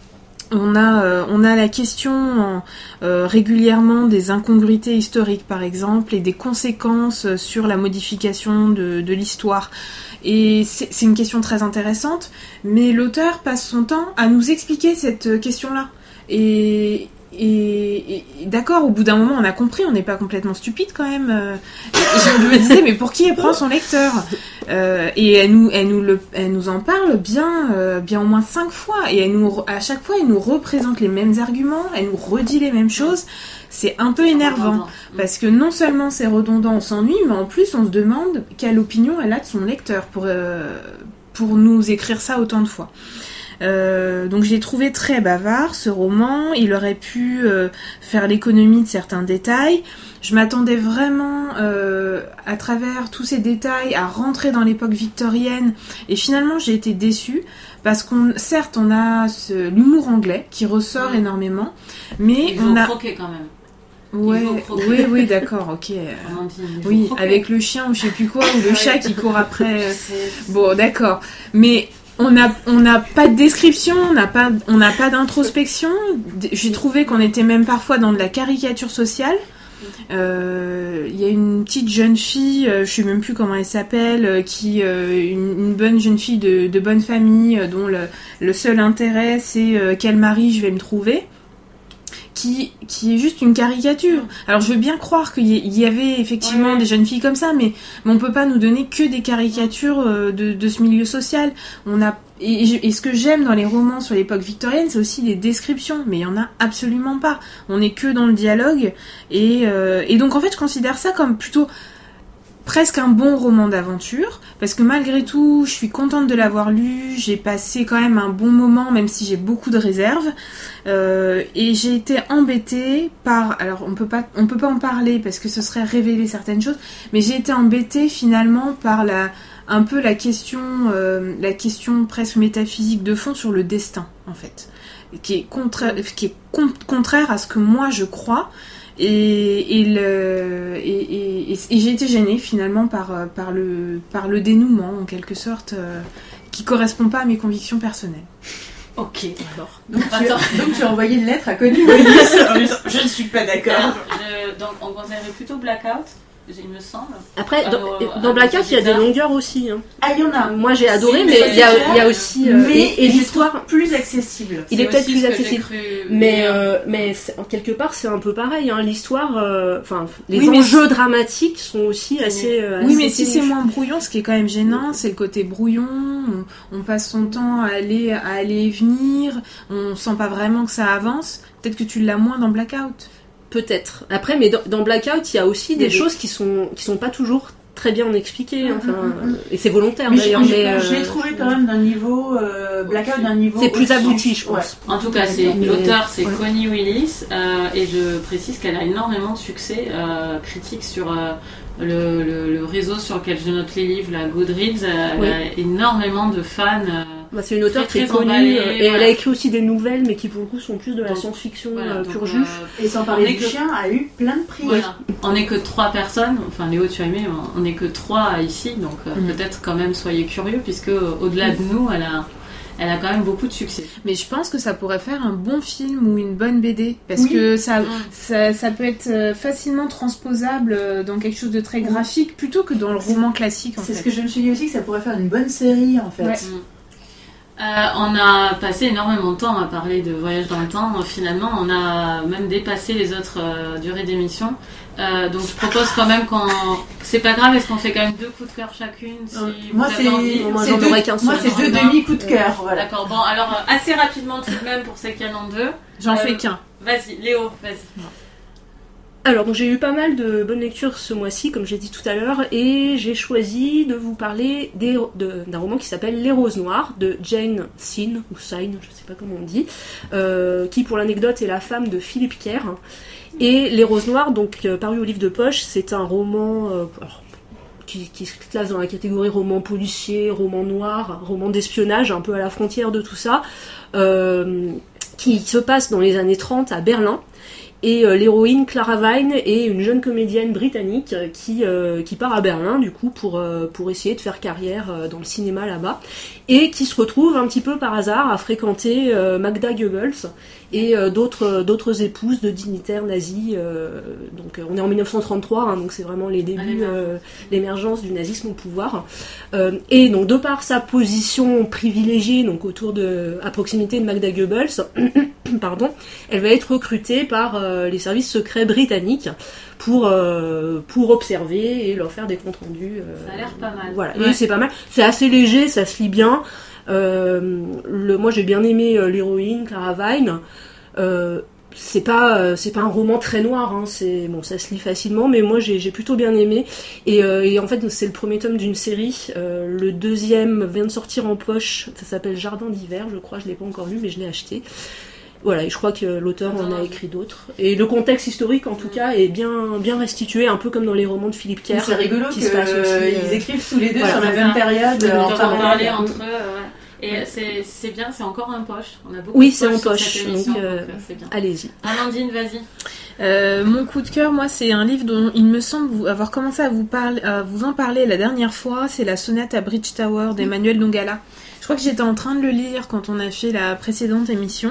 On a, euh, on a la question euh, régulièrement des incongruités historiques, par exemple, et des conséquences sur la modification de, de l'histoire. Et c'est, c'est une question très intéressante, mais l'auteur passe son temps à nous expliquer cette question-là. Et, et, et d'accord, au bout d'un moment, on a compris, on n'est pas complètement stupide quand même. Euh, je me disais, mais pour qui elle prend son lecteur euh, Et elle nous, elle, nous le, elle nous en parle bien, euh, bien au moins cinq fois. Et elle nous, à chaque fois, elle nous représente les mêmes arguments, elle nous redit les mêmes choses. C'est un peu énervant, parce que non seulement c'est redondant, on s'ennuie, mais en plus, on se demande quelle opinion elle a de son lecteur pour, euh, pour nous écrire ça autant de fois. Euh, donc j'ai trouvé très bavard ce roman, il aurait pu euh, faire l'économie de certains détails. Je m'attendais vraiment euh, à travers tous ces détails à rentrer dans l'époque victorienne et finalement j'ai été déçue parce qu'on, certes on a ce, l'humour anglais qui ressort ouais. énormément, mais il on a croquer quand même. Ouais, oui, oui, d'accord, ok. Oui, avec le chien ou je sais plus quoi, ou le chat qui court après. Bon, d'accord. Mais on n'a on n'a pas de description, on n'a pas, on n'a pas d'introspection. J'ai trouvé qu'on était même parfois dans de la caricature sociale. Il euh, y a une petite jeune fille, euh, je sais même plus comment elle s'appelle, euh, qui euh, une, une bonne jeune fille de, de bonne famille, euh, dont le, le seul intérêt c'est euh, quel mari je vais me trouver. Qui, qui est juste une caricature. Alors je veux bien croire qu'il y, y avait effectivement ouais. des jeunes filles comme ça, mais, mais on peut pas nous donner que des caricatures euh, de, de ce milieu social. On a et, et ce que j'aime dans les romans sur l'époque victorienne, c'est aussi les descriptions, mais il y en a absolument pas. On est que dans le dialogue et, euh, et donc en fait je considère ça comme plutôt presque un bon roman d'aventure, parce que malgré tout, je suis contente de l'avoir lu, j'ai passé quand même un bon moment, même si j'ai beaucoup de réserves, euh, et j'ai été embêtée par, alors on peut pas, on peut pas en parler parce que ce serait révéler certaines choses, mais j'ai été embêtée finalement par la, un peu la question, euh, la question presque métaphysique de fond sur le destin, en fait, qui est contraire, qui est con- contraire à ce que moi je crois. Et, et, le, et, et, et, et j'ai été gênée finalement par, par, le, par le dénouement en quelque sorte euh, qui correspond pas à mes convictions personnelles. Ok, d'accord. Donc, tu, donc tu as envoyé une lettre à Connie Willis. Je ne suis pas d'accord. Alors, je, donc on considérait plutôt Blackout. il me semble. Après, dans, euh, dans Blackout, il y a des longueurs aussi. Hein. Ah, il y en a. Moi, j'ai adoré, si, mais il y, y a aussi... Euh, mais et, et l'histoire plus accessible. Il est, est peut-être plus accessible. Cru, mais euh, mais quelque part, c'est un peu pareil. Hein. L'histoire... Enfin, euh, les oui, enjeux dramatiques sont aussi assez... Euh, oui, assez mais si c'est moins brouillon, ce qui est quand même gênant, c'est le côté brouillon. On, on passe son temps à aller, à aller et venir. On sent pas vraiment que ça avance. Peut-être que tu l'as moins dans Blackout. Peut-être. Après, mais dans, dans Blackout, il y a aussi des, des choses qui sont qui sont pas toujours très bien expliquées. Enfin, mm, mm, mm. Et c'est volontaire mais d'ailleurs. Je, mais euh, je l'ai trouvé quand même d'un niveau euh, Blackout d'un niveau. C'est plus abouti, je pense. Ouais. En tout cas, c'est mais... l'auteur, c'est ouais. Connie Willis, euh, et je précise qu'elle a énormément de succès euh, critique sur. Euh, Le, le, le réseau sur lequel je note les livres, la Goodreads, elle oui. a énormément de fans. Euh, bah, c'est une auteure très, très connue emballée, et voilà. Elle a écrit aussi des nouvelles, mais qui pour le coup sont plus de la donc, science-fiction voilà, euh, pur jus. Euh, et sans parler du que... chien, a eu plein de prix. Voilà. On n'est que trois personnes, enfin Léo, tu as aimé, on n'est que trois ici, donc euh, mm. peut-être quand même soyez curieux, puisque au-delà mm. de nous, elle a. Elle a quand même beaucoup de succès. Mais je pense que ça pourrait faire un bon film ou une bonne B D. Parce oui. que ça, mmh. ça, ça peut être facilement transposable dans quelque chose de très graphique mmh. plutôt que dans le roman classique. En C'est fait. ce que je me suis dit aussi, que ça pourrait faire une bonne série en fait. Ouais. Mmh. Euh, on a passé énormément de temps à parler de voyage dans le temps. Finalement, on a même dépassé les autres euh, durées d'émission. Euh, donc je propose quand même qu'on... C'est pas grave, est-ce qu'on fait quand même deux coups de cœur chacune si euh, Moi c'est, moi, c'est deux, moi, c'est deux demi-coups de cœur. Voilà. D'accord, bon alors assez rapidement tout de même pour celles qui en ont deux. J'en euh, fais qu'un. Vas-y, Léo, vas-y. Alors, donc, j'ai eu pas mal de bonnes lectures ce mois-ci, comme j'ai dit tout à l'heure, et j'ai choisi de vous parler des, de, d'un roman qui s'appelle Les Roses Noires, de Jane Sine, ou Sine, je sais pas comment on dit, euh, qui, pour l'anecdote, est la femme de Philippe Kerr. Et Les Roses Noires, donc, euh, paru au livre de poche, c'est un roman... Euh, alors, Qui, qui se classe dans la catégorie roman policier, roman noir, roman d'espionnage, un peu à la frontière de tout ça, euh, qui se passe dans les années trente à Berlin. Et euh, l'héroïne Clara Vine est une jeune comédienne britannique qui, euh, qui part à Berlin du coup pour, euh, pour essayer de faire carrière euh, dans le cinéma là-bas et qui se retrouve un petit peu par hasard à fréquenter euh, Magda Goebbels et euh, d'autres, d'autres épouses de dignitaires nazis. Euh, donc on est en dix-neuf cent trente-trois, hein, donc c'est vraiment les débuts, euh, l'émergence du nazisme au pouvoir. Euh, et donc de par sa position privilégiée donc autour de, à proximité de Magda Goebbels, pardon, elle va être recrutée par euh, les services secrets britanniques pour, euh, pour observer et leur faire des comptes rendus. Euh, ça a l'air pas mal. Voilà, ouais. Et c'est pas mal. C'est assez léger, ça se lit bien. Euh, le, moi j'ai bien aimé euh, l'héroïne Clara Vine. Euh, c'est pas euh, c'est pas un roman très noir, hein, c'est bon, ça se lit facilement, mais moi j'ai, j'ai plutôt bien aimé. Et, euh, et en fait c'est le premier tome d'une série. Euh, le deuxième vient de sortir en poche. Ça s'appelle Jardin d'hiver, je crois. Je l'ai pas encore lu, mais je l'ai acheté. Voilà, et je crois que l'auteur en a écrit d'autres. Et le contexte historique, en tout cas, est bien, bien restitué, un peu comme dans les romans de Philippe Kerr. C'est rigolo qu'ils euh, écrivent tous les deux voilà, sur la même période. Ils doivent en parler entre eux. Ouais. Et c'est, c'est bien, c'est encore en poche. On a beaucoup oui, de c'est en poche. poche. Donc, donc euh, c'est bien. Allez-y. Amandine, vas-y. Euh, mon coup de cœur, moi, c'est un livre dont il me semble avoir commencé à vous, parler, à vous en parler la dernière fois. C'est La sonate à Bridge Tower d'Emmanuel Dongala. Je crois que j'étais en train de le lire quand on a fait la précédente émission.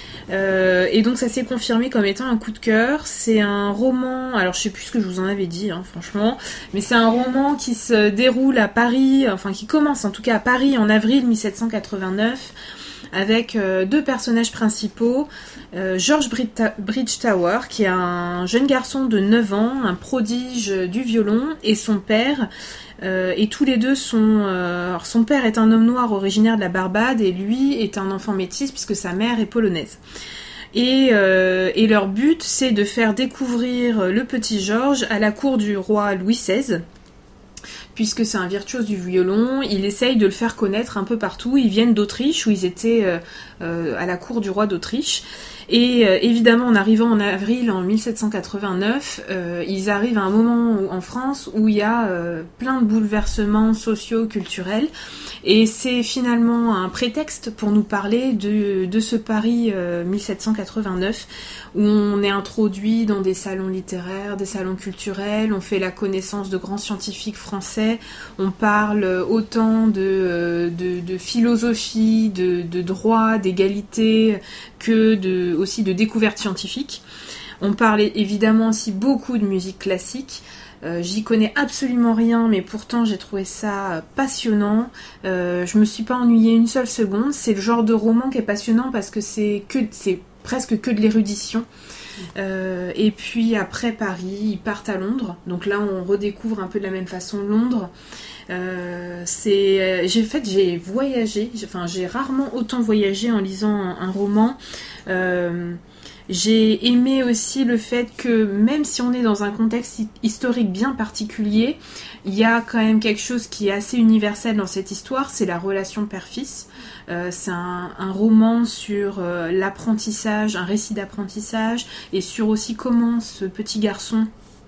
Euh, et donc ça s'est confirmé comme étant un coup de cœur. C'est un roman, alors je sais plus ce que je vous en avais dit, hein, franchement, mais c'est un roman qui se déroule à Paris, enfin qui commence en tout cas à Paris en avril dix-sept cent quatre-vingt-neuf, avec euh, deux personnages principaux. Euh, George Bridgetower, qui est un jeune garçon de neuf ans, un prodige du violon, et son père. Euh, et tous les deux sont... Euh, alors son père est un homme noir originaire de la Barbade et lui est un enfant métis puisque sa mère est polonaise. Et, euh, et leur but, c'est de faire découvrir le petit George à la cour du roi Louis seize. Puisque c'est un virtuose du violon, il essaye de le faire connaître un peu partout. Ils viennent d'Autriche, où ils étaient euh, euh, à la cour du roi d'Autriche. Et euh, évidemment, en arrivant en avril en dix-sept cent quatre-vingt-neuf, euh, ils arrivent à un moment où, en France où il y a euh, plein de bouleversements sociaux, culturels. Et c'est finalement un prétexte pour nous parler de, de ce Paris euh, dix-sept cent quatre-vingt-neuf, où on est introduit dans des salons littéraires, des salons culturels, on fait la connaissance de grands scientifiques français, on parle autant de, de, de philosophie, de, de droit, d'égalité, que de, aussi de découvertes scientifiques. On parle évidemment aussi beaucoup de musique classique. Euh, j'y connais absolument rien, mais pourtant j'ai trouvé ça passionnant. Euh, je me suis pas ennuyée une seule seconde. C'est le genre de roman qui est passionnant parce que c'est que c'est presque que de l'érudition. Euh, et puis après Paris, ils partent à Londres. Donc là, on redécouvre un peu de la même façon Londres. Euh, c'est, j'ai fait, j'ai voyagé. J'ai, enfin, j'ai rarement autant voyagé en lisant un, un roman. Euh, J'ai aimé aussi le fait que même si on est dans un contexte historique bien particulier, il y a quand même quelque chose qui est assez universel dans cette histoire, c'est la relation père-fils. Euh, c'est un, un roman sur euh, l'apprentissage, un récit d'apprentissage, et sur aussi comment ce petit garçon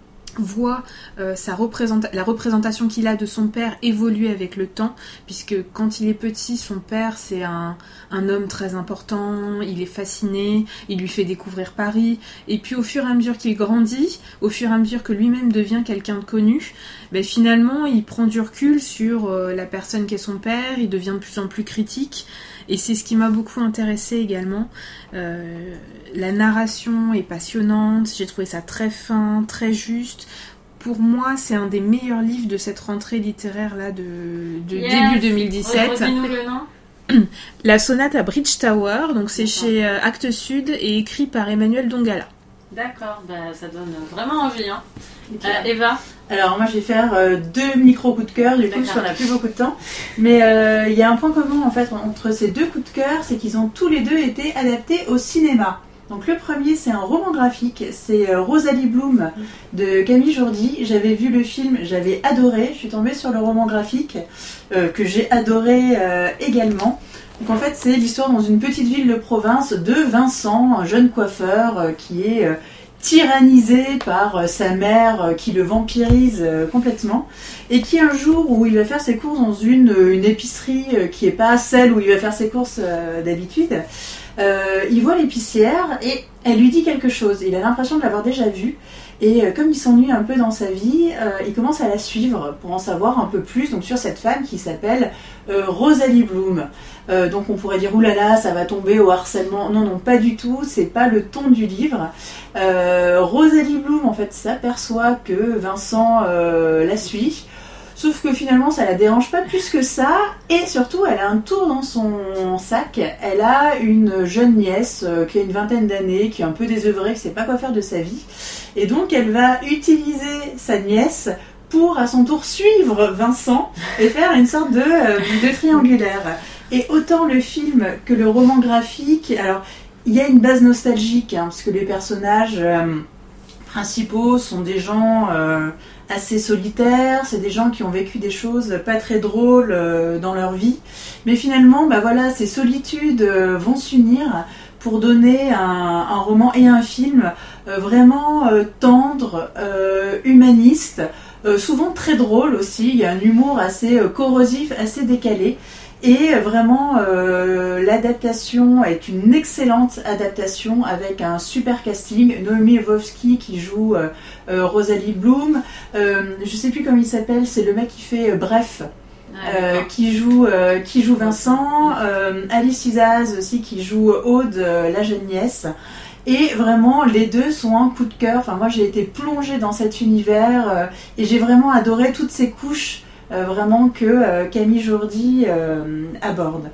voit euh, sa représenta- la représentation qu'il a de son père évoluer avec le temps, puisque quand il est petit, son père c'est un, un homme très important, il est fasciné, il lui fait découvrir Paris, et puis au fur et à mesure qu'il grandit, au fur et à mesure que lui-même devient quelqu'un de connu, ben finalement il prend du recul sur euh, la personne qu'est son père, il devient de plus en plus critique. Et c'est ce qui m'a beaucoup intéressée également. Euh, la narration est passionnante, j'ai trouvé ça très fin, très juste. Pour moi, c'est un des meilleurs livres de cette rentrée littéraire là de, de yes. début deux mille dix-sept. Redis-nous le nom. La sonate à Bridge Tower, donc c'est D'accord. chez euh, Actes Sud et écrit par Emmanuel Dongala. D'accord, bah, ça donne vraiment envie. Hein. Okay. Euh, Eva ? Alors moi je vais faire euh, deux micro coups de cœur du coup parce qu'on n'a plus beaucoup de temps, mais il euh, y a un point commun en fait entre ces deux coups de cœur, c'est qu'ils ont tous les deux été adaptés au cinéma. Donc le premier c'est un roman graphique, c'est euh, Rosalie Bloom de Camille Jourdi. J'avais vu le film, j'avais adoré, je suis tombée sur le roman graphique euh, que j'ai adoré euh, également. Donc en fait c'est l'histoire dans une petite ville de province de Vincent, un jeune coiffeur euh, qui est... Euh, tyrannisé par sa mère qui le vampirise complètement et qui un jour où il va faire ses courses dans une, une épicerie qui n'est pas celle où il va faire ses courses d'habitude, euh, il voit l'épicière et elle lui dit quelque chose. Il a l'impression de l'avoir déjà vue et comme il s'ennuie un peu dans sa vie, euh, il commence à la suivre pour en savoir un peu plus donc, sur cette femme qui s'appelle euh, Rosalie Bloom. Euh, donc on pourrait dire oulala, ça va tomber au harcèlement. Non, non, pas du tout, c'est pas le ton du livre. Euh, Rosalie Bloom en fait s'aperçoit que Vincent euh, la suit, sauf que finalement ça la dérange pas plus que ça, et surtout elle a un tour dans son sac. Elle a une jeune nièce euh, qui a une vingtaine d'années, qui est un peu désœuvrée, qui sait pas quoi faire de sa vie, et donc elle va utiliser sa nièce pour à son tour suivre Vincent et faire une sorte de, euh, de triangulaire. Et autant le film que le roman graphique, alors il y a une base nostalgique, hein, parce que les personnages euh, principaux sont des gens euh, assez solitaires, c'est des gens qui ont vécu des choses pas très drôles euh, dans leur vie, mais finalement, bah voilà, ces solitudes euh, vont s'unir pour donner un, un roman et un film euh, vraiment euh, tendre, euh, humaniste, euh, souvent très drôle aussi, il y a un humour assez euh, corrosif, assez décalé. Et vraiment, euh, l'adaptation est une excellente adaptation avec un super casting. Noémie Lvovsky qui joue euh, euh, Rosalie Bloom. Euh, je sais plus comment il s'appelle, c'est le mec qui fait euh, Bref, euh, qui, joue, euh, qui joue Vincent. Euh, Alice Isaz aussi qui joue Aude, euh, la jeune nièce. Et vraiment, les deux sont un coup de cœur. Enfin, moi, j'ai été plongée dans cet univers euh, et j'ai vraiment adoré toutes ces couches. Euh, vraiment que euh, Camille Jourdi euh, aborde.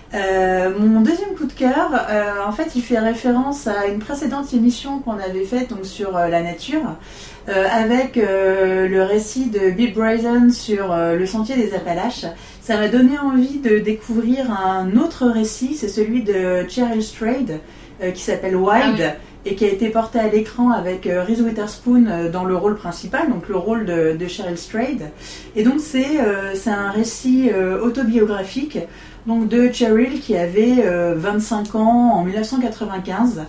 Euh, mon deuxième coup de cœur, euh, en fait, il fait référence à une précédente émission qu'on avait faite donc, sur euh, la nature, euh, avec euh, le récit de Bill Bryson sur euh, le sentier des Appalaches. Ça m'a donné envie de découvrir un autre récit, c'est celui de Cheryl Strayed, euh, qui s'appelle Wild. Ah oui. Et qui a été porté à l'écran avec euh, Reese Witherspoon euh, dans le rôle principal, donc le rôle de, de Cheryl Strayed. Et donc c'est, euh, c'est un récit euh, autobiographique donc de Cheryl qui avait euh, vingt-cinq ans en dix-neuf cent quatre-vingt-quinze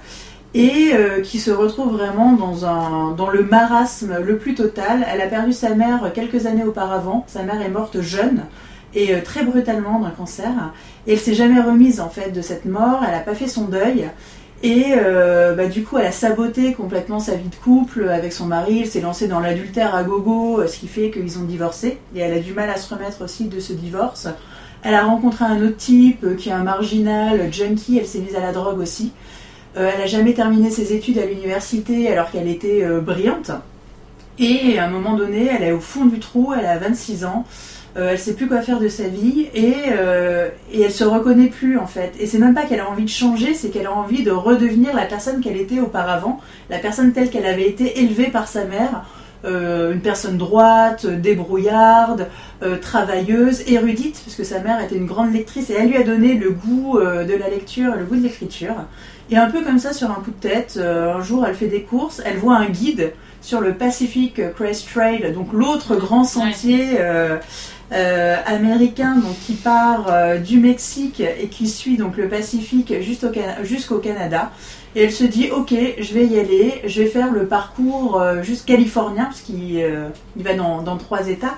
et euh, qui se retrouve vraiment dans, un, dans le marasme le plus total. Elle a perdu sa mère quelques années auparavant, sa mère est morte jeune et euh, très brutalement d'un cancer. Et elle s'est jamais remise en fait de cette mort, elle n'a pas fait son deuil. Et euh, bah, du coup, elle a saboté complètement sa vie de couple avec son mari. Elle s'est lancée dans l'adultère à gogo, ce qui fait qu'ils ont divorcé. Et elle a du mal à se remettre aussi de ce divorce. Elle a rencontré un autre type qui est un marginal, junkie. Elle s'est mise à la drogue aussi. Euh, elle n'a jamais terminé ses études à l'université alors qu'elle était euh, brillante. Et à un moment donné, elle est au fond du trou, elle a vingt-six ans. Euh, elle sait plus quoi faire de sa vie et, euh, et elle se reconnaît plus en fait. Et c'est même pas qu'elle a envie de changer, c'est qu'elle a envie de redevenir la personne qu'elle était auparavant, la personne telle qu'elle avait été élevée par sa mère, euh, une personne droite, débrouillarde, euh, travailleuse, érudite, parce que sa mère était une grande lectrice et elle lui a donné le goût euh, de la lecture et le goût de l'écriture. Et un peu comme ça, sur un coup de tête, euh, un jour elle fait des courses, elle voit un guide sur le Pacific Crest Trail, donc l'autre grand sentier euh, Euh, américain donc, qui part euh, du Mexique et qui suit donc le Pacifique jusqu'au, jusqu'au Canada. Et elle se dit ok, je vais y aller, je vais faire le parcours euh, jusqu'à californien parce qu'il euh, il va dans, dans trois états.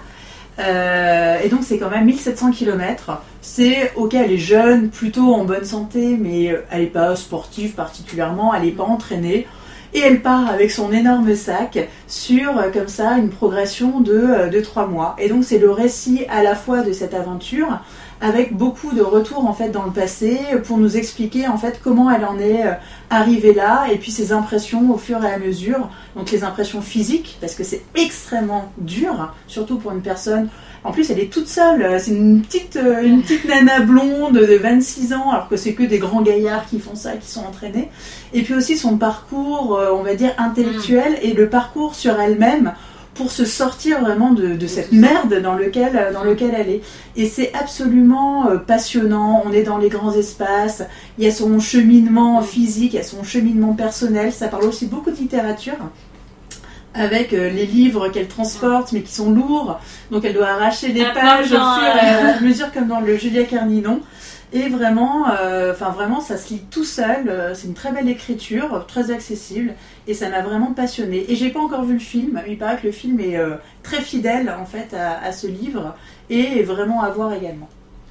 Euh, et donc c'est quand même mille sept cents kilomètres. C'est ok, elle est jeune, plutôt en bonne santé, mais elle n'est pas sportive particulièrement, elle n'est pas entraînée. Et elle part avec son énorme sac sur, comme ça, une progression de, de trois mois. Et donc, c'est le récit à la fois de cette aventure, avec beaucoup de retours, en fait, dans le passé, pour nous expliquer, en fait, comment elle en est arrivée là, et puis ses impressions au fur et à mesure. Donc, les impressions physiques, parce que c'est extrêmement dur, surtout pour une personne... En plus, elle est toute seule. C'est une petite, une petite nana blonde de vingt-six ans, alors que c'est que des grands gaillards qui font ça, qui sont entraînés. Et puis aussi son parcours, on va dire, intellectuel et le parcours sur elle-même pour se sortir vraiment de, de cette merde dans lequel, dans lequel elle est. Et c'est absolument passionnant. On est dans les grands espaces. Il y a son cheminement physique, il y a son cheminement personnel. Ça parle aussi beaucoup de littérature, avec euh, les livres qu'elle transporte mais qui sont lourds, donc elle doit arracher des ah, pages au fur et à mesure comme dans le Julia Carninon. Et vraiment, euh, enfin vraiment, ça se lit tout seul. Euh, c'est une très belle écriture, très accessible, et ça m'a vraiment passionnée. Et j'ai pas encore vu le film. Il paraît que le film est euh, très fidèle en fait à, à ce livre et est vraiment à voir également.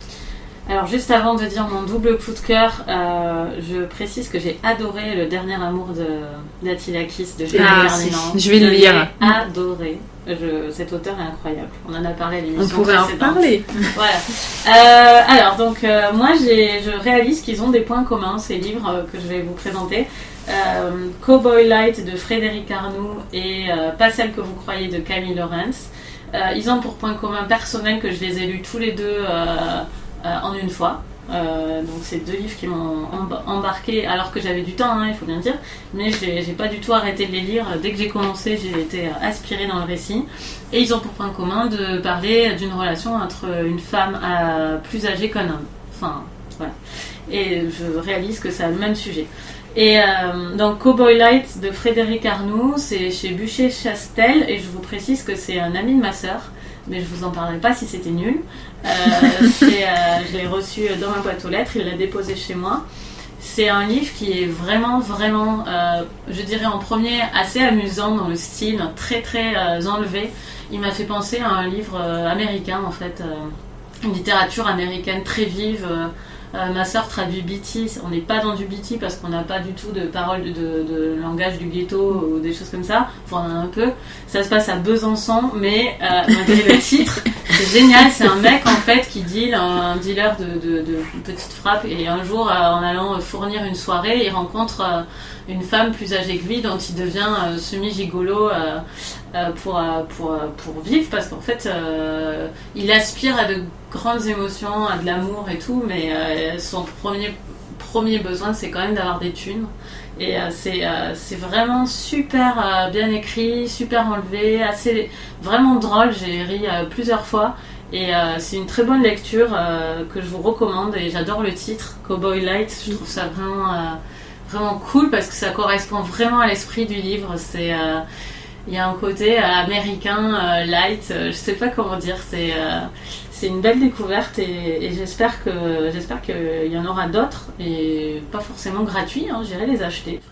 Alors juste avant de dire mon double coup de cœur, euh, je précise que j'ai adoré Le Dernier Amour de d'Attila Kiss de Julia ah, Carninon. Si. Je vais le lire. J'ai adoré. Je, cet auteur est incroyable. On en a parlé à l'émission. On pourrait en parler. Voilà. Euh, alors donc euh, moi j'ai, je réalise qu'ils ont des points communs, ces livres euh, que je vais vous présenter. Euh, Cowboy Light de Frédéric Arnoux et euh, Pas celle que vous croyez de Camille Laurens. Euh, ils ont pour point commun personnel que je les ai lus tous les deux euh, euh, en une fois. Euh, donc c'est deux livres qui m'ont embarqué alors que j'avais du temps, hein, il faut bien dire, mais j'ai, j'ai pas du tout arrêté de les lire. Dès que j'ai commencé, j'ai été aspirée dans le récit. Et ils ont pour point commun de parler d'une relation entre une femme euh, plus âgée qu'un homme. Enfin, voilà. Et je réalise que c'est le même sujet. Et euh, donc Cowboy Light de Frédéric Arnoux, c'est chez Buchet-Chastel, et je vous précise que c'est un ami de ma sœur, mais je vous en parlerai pas si c'était nul. Euh, c'est, euh, je l'ai reçu dans ma boîte aux lettres, il l'a déposé chez moi. C'est un livre qui est vraiment, vraiment, euh, je dirais en premier, assez amusant dans le style, très très euh, enlevé. Il m'a fait penser à un livre euh, américain en fait, euh, une littérature américaine très vive. Euh, Euh, ma sœur traduit Beatty, on n'est pas dans du Beatty parce qu'on n'a pas du tout de paroles de, de, de langage du ghetto ou des choses comme ça, enfin un peu, ça se passe à Besançon, mais euh, malgré le titre, c'est génial, c'est un mec en fait qui deal, un dealer de, de, de petites frappes, et un jour euh, en allant fournir une soirée, il rencontre euh, une femme plus âgée que lui dont il devient euh, semi-gigolo euh, euh, pour, euh, pour, euh, pour vivre, parce qu'en fait euh, il aspire à de grandes émotions, à de l'amour et tout, mais euh, son premier, premier besoin c'est quand même d'avoir des thunes. Et euh, c'est, euh, c'est vraiment super euh, bien écrit, super enlevé, assez, vraiment drôle, j'ai ri euh, plusieurs fois. Et euh, c'est une très bonne lecture euh, que je vous recommande, et j'adore le titre, Cowboy Light, je trouve ça vraiment, euh, vraiment cool parce que ça correspond vraiment à l'esprit du livre. C'est, euh, il y a un côté euh, américain, euh, light, euh, je sais pas comment dire, c'est... Euh, C'est une belle découverte, et, et j'espère, que, j'espère qu'il y en aura d'autres, et pas forcément gratuits, hein, j'irai les acheter.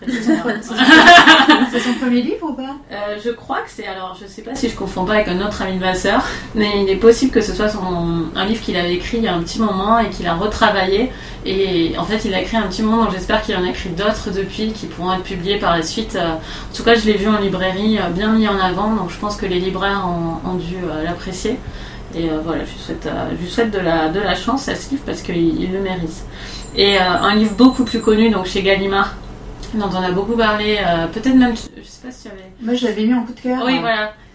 C'est son premier livre ou pas euh, Je crois que c'est, alors je sais pas si je confonds pas avec un autre ami de ma sœur, mais il est possible que ce soit son, un livre qu'il avait écrit il y a un petit moment et qu'il a retravaillé, et en fait il a écrit un petit moment, donc j'espère qu'il en a écrit d'autres depuis qui pourront être publiés par la suite. En tout cas je l'ai vu en librairie, bien mis en avant, donc je pense que les libraires ont, ont dû l'apprécier. Et euh, voilà, je lui souhaite, euh, je lui souhaite de, la, de la chance à ce livre parce qu'il il le mérite. Et euh, un livre beaucoup plus connu, donc chez Gallimard, dont on a beaucoup parlé, euh, peut-être même, je sais pas si tu avais... Moi je l'avais mis en coup de cœur. Oui, hein. Voilà.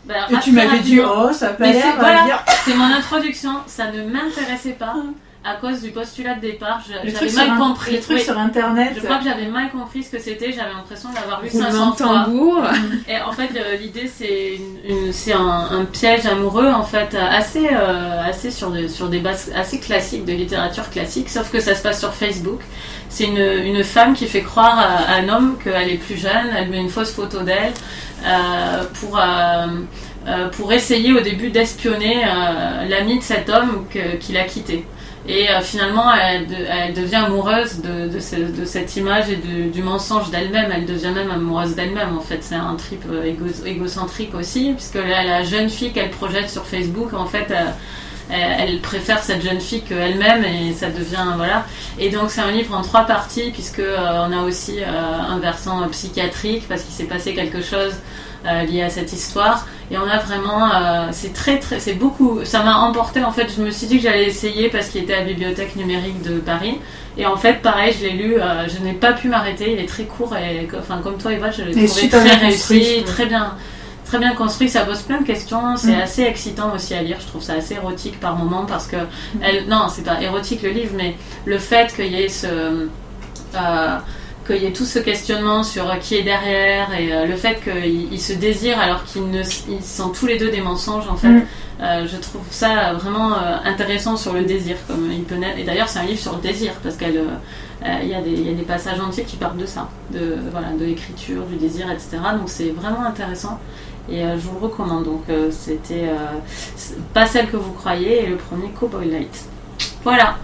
Bah, et tu m'avais dit, oh, ça peut l'air, c'est, voilà, dire... c'est mon introduction, ça ne m'intéressait pas. À cause du postulat de départ, je, j'avais mal un, compris. Les trucs oui. sur internet. Je crois que j'avais mal compris ce que c'était. J'avais l'impression de l'avoir lu cinq cents fois. Et en fait, l'idée c'est, une, une, c'est un, un piège amoureux en fait assez, euh, assez sur, de, sur des bases assez classiques de littérature classique, sauf que ça se passe sur Facebook. C'est une, une femme qui fait croire à, à un homme qu'elle est plus jeune. Elle met une fausse photo d'elle euh, pour. Euh, euh, pour essayer au début d'espionner euh, l'ami de cet homme que, qui l'a quitté. Et euh, finalement, elle, de, elle devient amoureuse de, de, ce, de cette image et de, du mensonge d'elle-même. Elle devient même amoureuse d'elle-même. En fait, c'est un trip égo, égocentrique aussi, puisque la, la jeune fille qu'elle projette sur Facebook, en fait, euh, elle, elle préfère cette jeune fille qu'elle-même, et ça devient voilà. Et donc, c'est un livre en trois parties, puisque euh, on a aussi euh, un versant psychiatrique, parce qu'il s'est passé quelque chose euh, lié à cette histoire. Et on a vraiment, euh, c'est très très, c'est beaucoup, ça m'a emporté en fait, je me suis dit que j'allais essayer parce qu'il était à la bibliothèque numérique de Paris. Et en fait, pareil, je l'ai lu, euh, je n'ai pas pu m'arrêter, il est très court et, enfin, comme toi Eva, je l'ai trouvé très réussi, construit, très bien, très bien construit, ça pose plein de questions, c'est mmh. assez excitant aussi à lire, je trouve ça assez érotique par moments parce que, mmh. elle, non, c'est pas érotique le livre, mais le fait qu'il y ait ce... Euh, qu'il y ait tout ce questionnement sur qui est derrière et euh, le fait qu'ils ils se désirent alors qu'ils ne, ils sont tous les deux des mensonges en fait. Mm. Euh, je trouve ça vraiment euh, intéressant sur le désir comme il peut naître. Et d'ailleurs c'est un livre sur le désir parce qu'il euh, euh, y, y a des passages entiers qui parlent de ça, de, voilà, de l'écriture, du désir, et cetera. Donc c'est vraiment intéressant et euh, je vous le recommande. Donc euh, c'était euh, pas celle que vous croyez et le premier Cowboy Light. Voilà.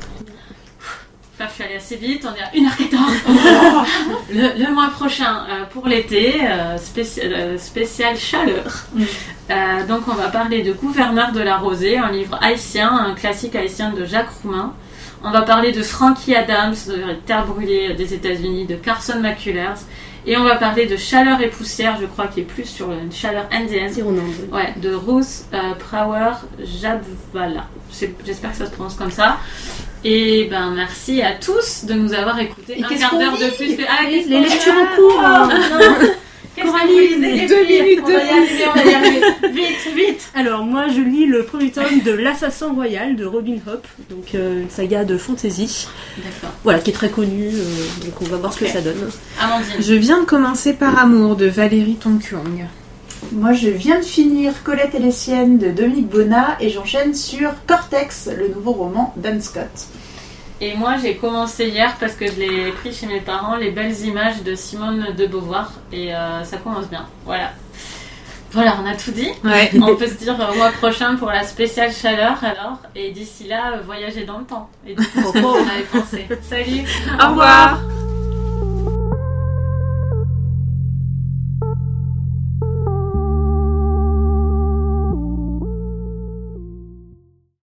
Je suis allée assez vite, on est à une heure quatorze. le, le mois prochain, euh, pour l'été, euh, spécial, euh, spécial chaleur. Mm. Euh, donc on va parler de Gouverneur de la Rosée, un livre haïtien, un classique haïtien de Jacques Roumain. On va parler de Frankie Adams, de Terre brûlée des États-Unis, de Carson McCullers. Et on va parler de Chaleur et poussière, je crois qu'il est plus sur une chaleur indienne. Ouais, de Ruth euh, Prawer Jabvala. J'espère que ça se prononce comme ça. Et ben merci à tous de nous avoir écoutés et un quart d'heure de plus. Que... Ah, les lectures en cours. Oh, non. Coralie, deux minutes, deux minutes. On va y arriver. Vite, vite. Alors moi je lis le premier tome de L'Assassin Royal de Robin Hobb, donc euh, une saga de fantasy. D'accord. Voilà, qui est très connue, euh, donc on va voir okay. ce que ça donne. Amandine. Je viens de commencer Par amour de Valérie Tonkyong. Moi, je viens de finir Colette et les siennes de Dominique Bonnat et j'enchaîne sur Cortex, le nouveau roman d'Anne Scott. Et moi, j'ai commencé hier parce que je l'ai pris chez mes parents, Les belles images de Simone de Beauvoir et euh, ça commence bien. Voilà. Voilà, on a tout dit. Ouais. On peut se dire au mois prochain pour la spéciale chaleur alors. Et d'ici là, voyager dans le temps. Et du coup, on avait pensé. Salut. Au revoir.